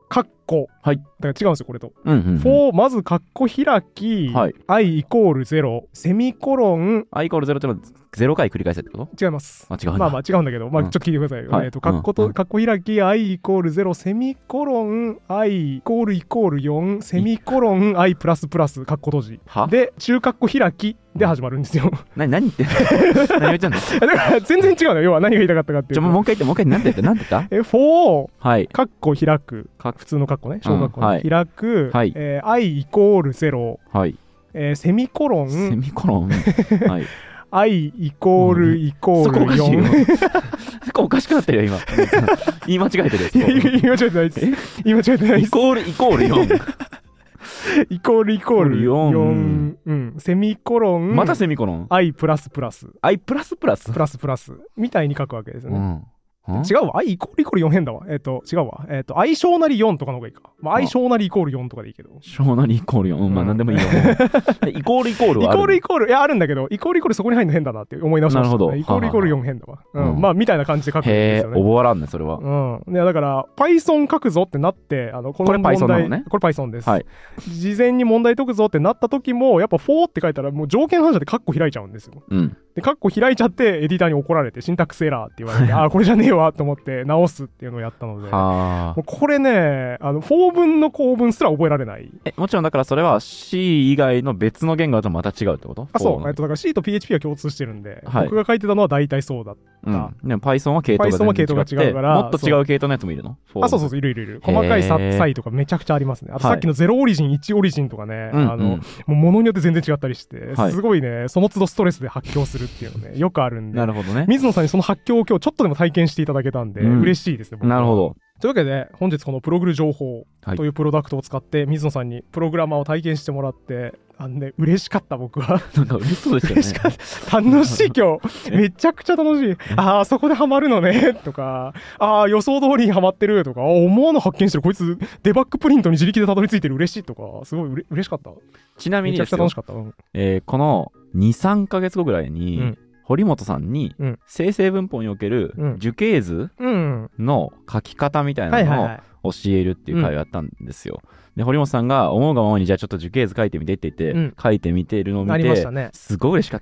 弧。 はい。 だから違うんですよ、これと。 うんうんうん、 フォー、まずカッコ開き、はい、i イコールゼロ、セミコロン。 i イコールゼロってのはゼロ回繰り返せってこと？ 違います。 あ、違うんだ。 まあまあ違うんだけど、まあちょっと聞いてくださいよ。うん、えっと、カッコと、うん、カッコ開き、i イコールゼロ、セミコロン、i イコールイコールよん、セミコロン、i プラスプラス、カッコ閉じ。で、中カッコ開きで始まるんですよ。 な、何言ってんの？何言ってんの？ だから全然違うのよ。要は何が言いたかったかっていうと。 ちょ、もう一回言って、もう一回何て言った？何て言った？ え、フォー、 はい。 カッコ開く。普通のカッコね。小カッコ、ねうんはい、開く。はい。えー、i イコールゼロ。はい。えー、セミコロン。 セミコロン。はい。 i イコールイコールよん。 そこおかしくなってるよ、今。言い間違えてる。 いや、言い間違えてないです。言い間違えてないです。 イコールイコールよん。 イコールイコールよん。うん。セミコロン。 またセミコロン。 i プラスプラス。 i プラスプラス。 プラスプラス。みたいに書くわけですよね。うん違うわ。i イコールイコールよん変だわ。えっ、ー、と、違うわ。えっ、ー、と、i 小なりよんとかの方がいいか。まあ、i 小なりイコールよんとかでいいけど。 小なりイコールよん。うん、まあ、なんでもいいよ。イコールイコールはある。 イコールイコール、いや、あるんだけど、イコールイコールそこに入るの変だなって思い直しました、ね。 なるほど。 イコールイコールよん変だわ。はははうん。まあ、みたいな感じで書くんですよね。 へー、覚わらんね、それは。 うん。いや、だから、Python 書くぞってなって、あの、この問題、 これ Python なのね。 これ Python です。 はい。 事前に問題解くぞってなった時も、やっぱフォーって書いたら、もう条件反射でカッコ開いちゃうんですよ。うん。で、カッコ開いちゃって、エディターに怒られて、シンタックスエラーって言われて、ああ、これじゃねえわと思って、直すっていうのをやったので、もうこれね、あの、フォー文の構文すら覚えられない。 え、もちろんだからそれは C 以外の別の言語だとまた違うってこと？ あ、そう。えっと、だから C と ピーエイチピー は共通してるんで、はい、僕が書いてたのは大体そうだった。 うん。でも Python は系統が全然違って、違うからもっと違う系統のやつもいるの？ あ、そうそうそう、いるいるいる。細かい差異とかめちゃくちゃありますね。あとさっきのゼロオリジン、いちオリジンとかね、あの、うんうん、もう物によって全然違ったりして、はい、すごいね、その都度ストレスで発狂するっていうのね、よくあるんで。 なるほどね。 水野さんにその発狂を今日ちょっとでも体験していただけたんで、うん、嬉しいですね、僕は。 なるほど。 というわけで、本日このプログル情報というプロダクトを使って、水野さんにプログラマーを体験してもらって、あのね、嬉しかった、僕は。 なんか嬉しそうでしたよね。嬉しかった。楽しい、今日。めちゃくちゃ楽しい。ああ、そこでハマるのね、とか、ああ、予想通りにハマってる、とか、思わぬ発見してる、こいつ、デバッグプリントに自力でたどり着いてる、嬉しい、とか、すごいうれ嬉しかった。 ちなみにですよ、 めちゃくちゃ楽しかった。うん、 えー、このに、さんかげつごぐらいに、うん堀本さんに生成文法における樹形図の書き方みたいなのを教えるっていう会をやったんですよ。で堀本さんが思うがままにじゃあちょっと樹形図書いてみてって言って、うん、書いてみているのを見て、ね、すごい嬉しかった。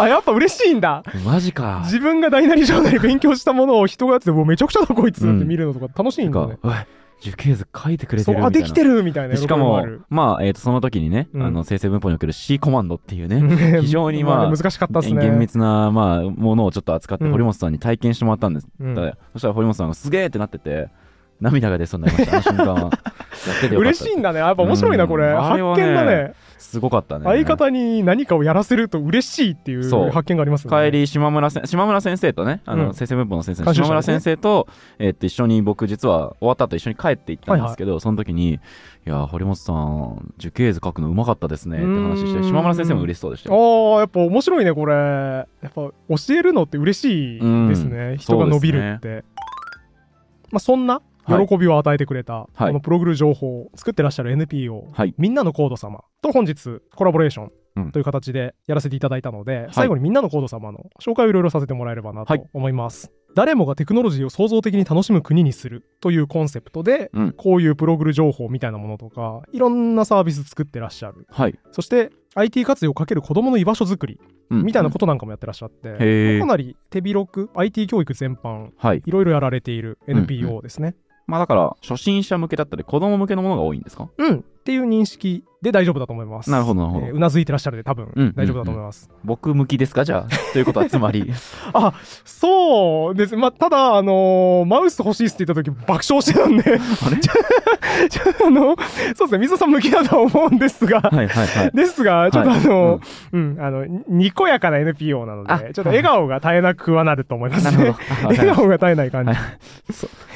あ、やっぱ嬉しいんだ。 マジか。 自分が大なり小なり勉強したものを人がやっててもうめちゃくちゃだこいつって見るのとか楽しいんだね。うん樹形図書いてくれてるみたいな。 あ、できてるみたいな。 しかも、まあ、えっと、その時にね、あの、生成文法における C コマンドっていうね、非常にまあ、 難しかったですね。 厳密な、まあ、ものをちょっと扱って、堀本さんに体験してもらったんです。そしたら堀本さんがすげーってなってて、涙が出そうになりました、あの瞬間は。やっててよかった。 嬉しいんだね。やっぱ面白いな、これ。発見だね。 すごかったね。 相方に何かをやらせると嬉しいっていう発見がありますね。 帰り島村せ島村先生とね、あの、うん、生成文法の先生、島村先生と、えー、っと一緒に僕実は終わった後一緒に帰って行ったんですけど、はいはい、その時にいや堀本さん樹形図書くのうまかったですねって話して、島村先生も嬉しそうでしたよ。 ああ、やっぱ面白いねこれ。やっぱ教えるのって嬉しいですね。人が伸びるって。ね、まあそんな。喜びを与えてくれた、このプログル情報を作ってらっしゃる エヌピーオー、はい、みんなのコード様と本日コラボレーションという形でやらせていただいたので、うん、最後にみんなのコード様の紹介をいろいろさせてもらえればなと思います。はい、誰もがテクノロジーを創造的に楽しむ国にするというコンセプトで、うん、こういうプログル情報みたいなものとかいろんなサービス作ってらっしゃる。はい、そして アイティー 活用をかける子どもの居場所づくりみたいなことなんかもやってらっしゃって、うん、かなり手広く アイティー 教育全般、はい、いろいろやられている エヌピーオー ですね。うんうん、 まあだから初心者向けだったり子供向けのものが多いんですか？ うんっていう認識で大丈夫だと思います。 なるほどなるほど。 えー、うなずいてらっしゃるで多分大丈夫だと思います。うんうんうん、 僕向きですかじゃあということはつまりあそうです。まあただあのー、マウス欲しいっすって言った時爆笑してたんであれちょあのそうですね水野さん向きだと思うんですがはいはい、はい、ですがちょっとあの、はい、うん、うん、あのにこやかな エヌピーオー なのでちょっと笑顔が絶えなくはなると思いますね。笑顔が絶えない感じ。はい、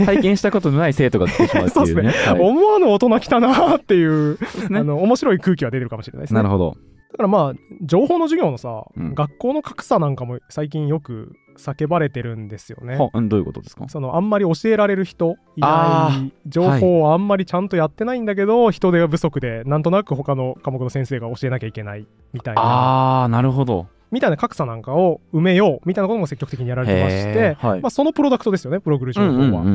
体験したことのない生徒が来てしまうっていうね。そうですね。 はい、思わぬ大人来たなーっていう、ね、あの面白い空気は出てるかもしれないですね。 なるほど。 だからまあ情報の授業のさ、うん、学校の格差なんかも最近よく叫ばれてるんですよね。 は、どういうことですか？ そのあんまり教えられる人いない情報をあんまりちゃんとやってないんだけど、はい、人手が不足でなんとなく他の科目の先生が教えなきゃいけないみたいな。 ああ、なるほど。 みたいな格差なんかを埋めようみたいなことも積極的にやられてまして、はい、まあ、そのプロダクトですよねプログル情報は。うんうんうん、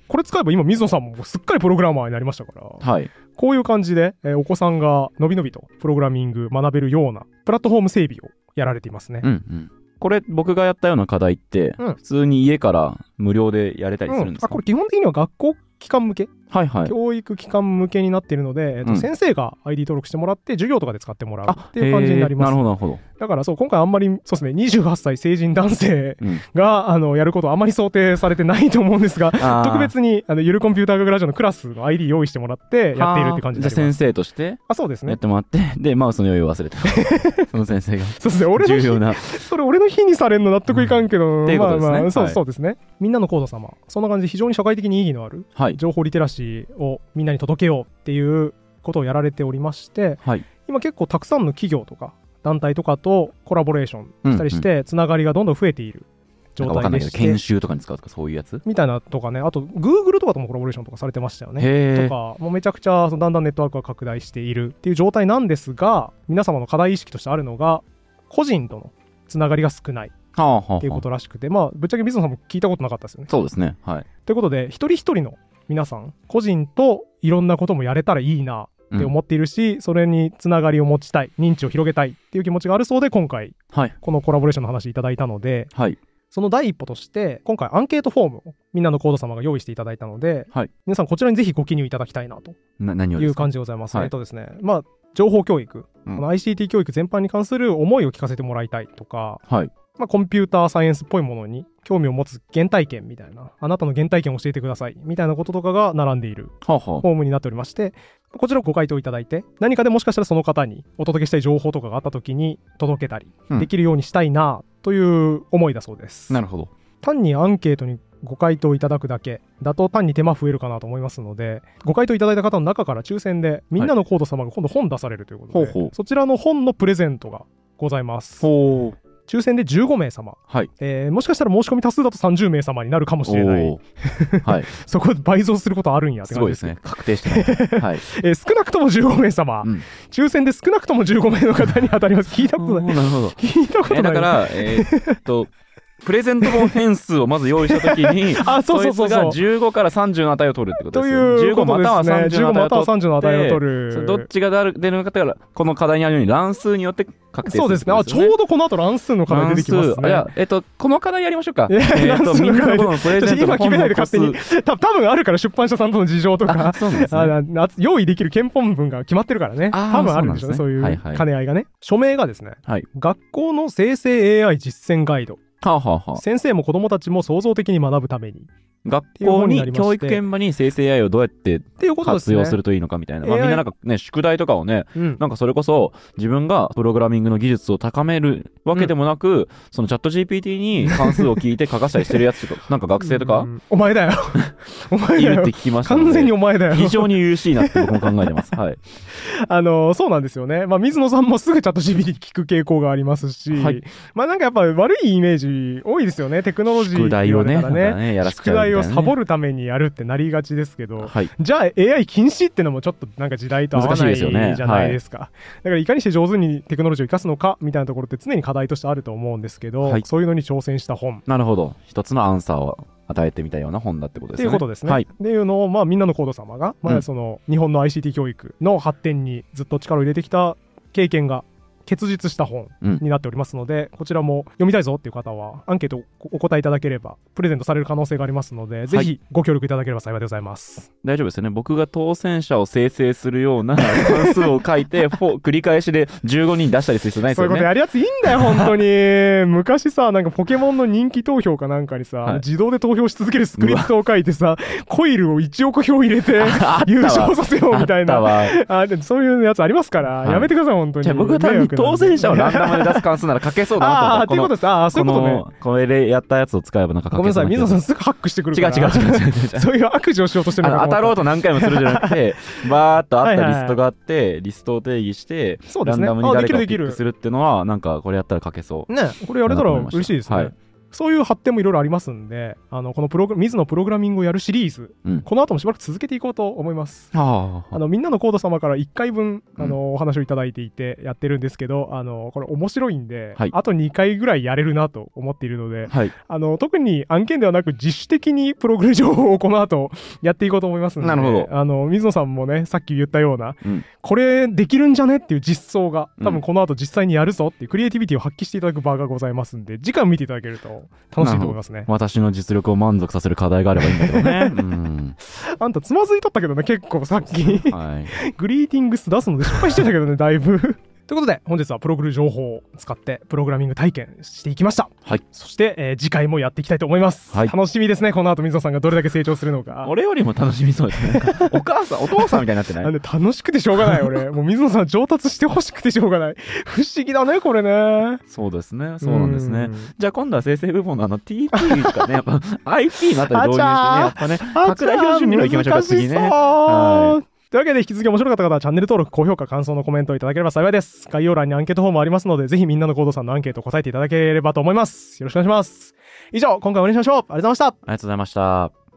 これ使えば今水野さんもすっかりプログラマーになりましたから、 はい、 こういう感じで、えー、お子さんがのびのびとプログラミング学べるようなプラットフォーム整備をやられていますね。 うんうん、これ僕がやったような課題って、うん、普通に家から無料でやれたりするんですか？ うん、あこれ基本的には学校機関向け、 はいはい、 教育機関向けになっているので、えっと、先生が アイディー 登録してもらって授業とかで使ってもらうっていう感じになります。 なるほどなるほど。 だからそう今回あんまりそうですねにじゅうはっさい成人男性が、うん、あのやることはあまり想定されてないと思うんですが、特別にあのゆるコンピューター学ラジオのクラスの アイディー 用意してもらってやっているって感じになります。 じゃあ先生としてあそうですねやってもらってでマウスの用意を忘れたその先生がそうですね俺の重要なそれ俺の日にされるの納得いかんけど、うん、っていうことですね。まあまあそう、はい、そうですね。みんなのコード様そんな感じで非常に社会的に意義のある、はい、情報リテラシーをみんなに届けようっていうことをやられておりまして、はい、今結構たくさんの企業とか団体とかとコラボレーションしたりして、うんうん、つながりがどんどん増えている状態でして、 研修とかに使うとかそういうやつみたいなとかね、あと Google とかともコラボレーションとかされてましたよねとか、もうめちゃくちゃだんだんネットワークが拡大しているっていう状態なんですが、皆様の課題意識としてあるのが個人とのつながりが少ないっていうことらしくて、まあぶっちゃけ水野さんも聞いたことなかったですよね。 そうですね、はい。 ということで一人一人の皆さん個人といろんなこともやれたらいいなって思っているし、うん、それにつながりを持ちたい、認知を広げたいっていう気持ちがあるそうで今回、はい、このコラボレーションの話いただいたので、はい、その第一歩として今回アンケートフォームをみんなのコード様が用意していただいたので、はい、皆さんこちらにぜひご記入いただきたいなという感じでございます。えっとですね、まあ情報教育、うん、この アイシーティー 教育全般に関する思いを聞かせてもらいたいとか、はいまあ、コンピューターサイエンスっぽいものに興味を持つ原体験みたいな、あなたの原体験を教えてくださいみたいなこととかが並んでいるフォームになっておりまして、こちらをご回答いただいて、何かでもしかしたらその方にお届けしたい情報とかがあった時に届けたりできるようにしたいなという思いだそうです。 うん、なるほど。 単にアンケートにご回答いただくだけだと単に手間増えるかなと思いますので、ご回答いただいた方の中から抽選でみんなのコード様が今度本出されるということで、はい、ほうほうそちらの本のプレゼントがございます。ほう抽選でじゅうごめい様、はいえー、もしかしたら申し込み多数だとさんじゅうめい様になるかもしれない、はい、そこで倍増することあるんやって感じです。 すごいですね、確定してます、はいえー、少なくともじゅうごめい様、うん、抽選で少なくともじゅうごめいの方に当たります。聞いたことない。 なるほど聞いたことない、 えー、だから、えー、っとプレゼント本変数をまず用意したときにあそうそうそうそう、そいつがじゅうごからさんじゅうの値を取るってことですよ。 ということですね。じゅうごまたはさんじゅうの値を取る。 どっちが出るのかってからこの課題にあるように乱数によって確定する、ね、 そうですね。あちょうどこの後乱数の課題出てきますね。 いやえっとこの課題やりましょうか。 えー、っとみんなのことのプレゼント今決めないで勝手にた多分あるから出版社さんとの事情とかそうなんです、ね、 あ用意できる憲本文が決まってるからね。多分あるんでしょうね。そういう兼ね合いがね。署名がですね、はい、学校の生成 エーアイ 実践ガイド。はあはあはあ、先生も子どもたちも創造的に学ぶために学校に教育現場に生成 エーアイ をどうやって活用するといいのかみたいな、まあ、みんななんかね宿題とかをね、うん、なんかそれこそ自分がプログラミングの技術を高めるわけでもなく、うん、そのチャット ジーピーティー に関数を聞いて書かしたりしてるやつとかなんか学生とか、うん、 お前だよお前だよいるって聞きましたので完全にお前だよ非常に優しいなって僕も考えてますはいあのー、そうなんですよね。まあ水野さんもすぐチャット ジーピーティー 聞く傾向がありますし、はい、まあなんかやっぱ悪いイメージ多いですよね。テクノロジーって言われたらね、宿題をね、やらせちゃうみたいなね、宿題をサボるためにやるってなりがちですけど、はい、じゃあ エーアイ 禁止ってのもちょっとなんか時代と合わないじゃないですか。はい、だからいかにして上手にテクノロジーを生かすのかみたいなところって常に課題としてあると思うんですけど、はい、そういうのに挑戦した本。 なるほど。一つのアンサーを与えてみたような本だってことですね。 っていうことですね。はい、っていうのを、まあ、みんなのコード様が、まあ、その日本の アイシーティー 教育の発展にずっと力を入れてきた経験が結実した本になっておりますので、うん、こちらも読みたいぞっていう方はアンケートをお答えいただければプレゼントされる可能性がありますので、はい、ぜひご協力いただければ幸いでございます。 大丈夫ですよね。僕が当選者を生成するような関数を書いて繰り返しでじゅうごにん出したりする必要ないですよね。 そういうことやるやついいんだよ本当に昔さなんかポケモンの人気投票かなんかにさ、はい、自動で投票し続けるスクリプトを書いてさコイルをいちおく票入れて優勝させようみたいな あ, あでそういうやつありますから、はい、やめてください本当に。 じゃあ僕は単に当選者をランダムで出す関数なら書けそうだなと思った。 ああ、ということです。ああ、そういうことね。 これでやったやつを使えばなんか書けそうな。 ごめんなさい、水野さんすぐハックしてくるから。 違う違う違う違う違う。 そういう悪事をしようとしてるのか当たろうと何回もするじゃなくて、バーっとあったリストがあって、はいはいはい、リストを定義して、ランダムに誰かをピックするっていうのは、なんかこれやったら書けそう。 ね、これやれたら嬉しいですね。はい、 そういう発展もいろいろありますんで、あのこのプログ水のプログラミングをやるシリーズ、うん、この後もしばらく続けていこうと思います。ああのみんなのコード様からいっかいぶんあの、うん、お話をいただいていてやってるんですけど、あのこれ面白いんで、はい、あとにかいぐらいやれるなと思っているので、はい、あの特に案件ではなく自主的にプログレ情報をこの後やっていこうと思いますので、なるほど。あの水野さんもね、さっき言ったような、うん、これできるんじゃねっていう実装が多分この後実際にやるぞっていうクリエイティビティを発揮していただく場がございますんで、次回見ていただけると楽しいと思いますね。 私の実力を満足させる課題があればいいんだけどね。うん、 あんたつまずいとったけどね、結構さっき、はい、グリーティングス出すので失敗してたけどね、だいぶ。ということで本日はプログル情報を使ってプログラミング体験していきました。はい。そして、えー、次回もやっていきたいと思います。はい。楽しみですね。この後水野さんがどれだけ成長するのか。 俺よりも楽しみそうですね。お母さん、お父さんみたいになってない？ なんで楽しくてしょうがない俺。もう水野さん上達してほしくてしょうがない。不思議だねこれね。 そうですね。そうなんですね。じゃあ今度は生成部門のあの ティーピー とかね、やっぱ アイピー のあたり導入してね、やっぱね、拡大標準理論いきましょうか次ね。はい。というわけで引き続き面白かった方はチャンネル登録、高評価、感想のコメントをいただければ幸いです。概要欄にアンケートフォームありますので、ぜひみんなのコードさんのアンケートを答えていただければと思います。よろしくお願いします。以上、今回はお願いしましょう。ありがとうございました。ありがとうございました。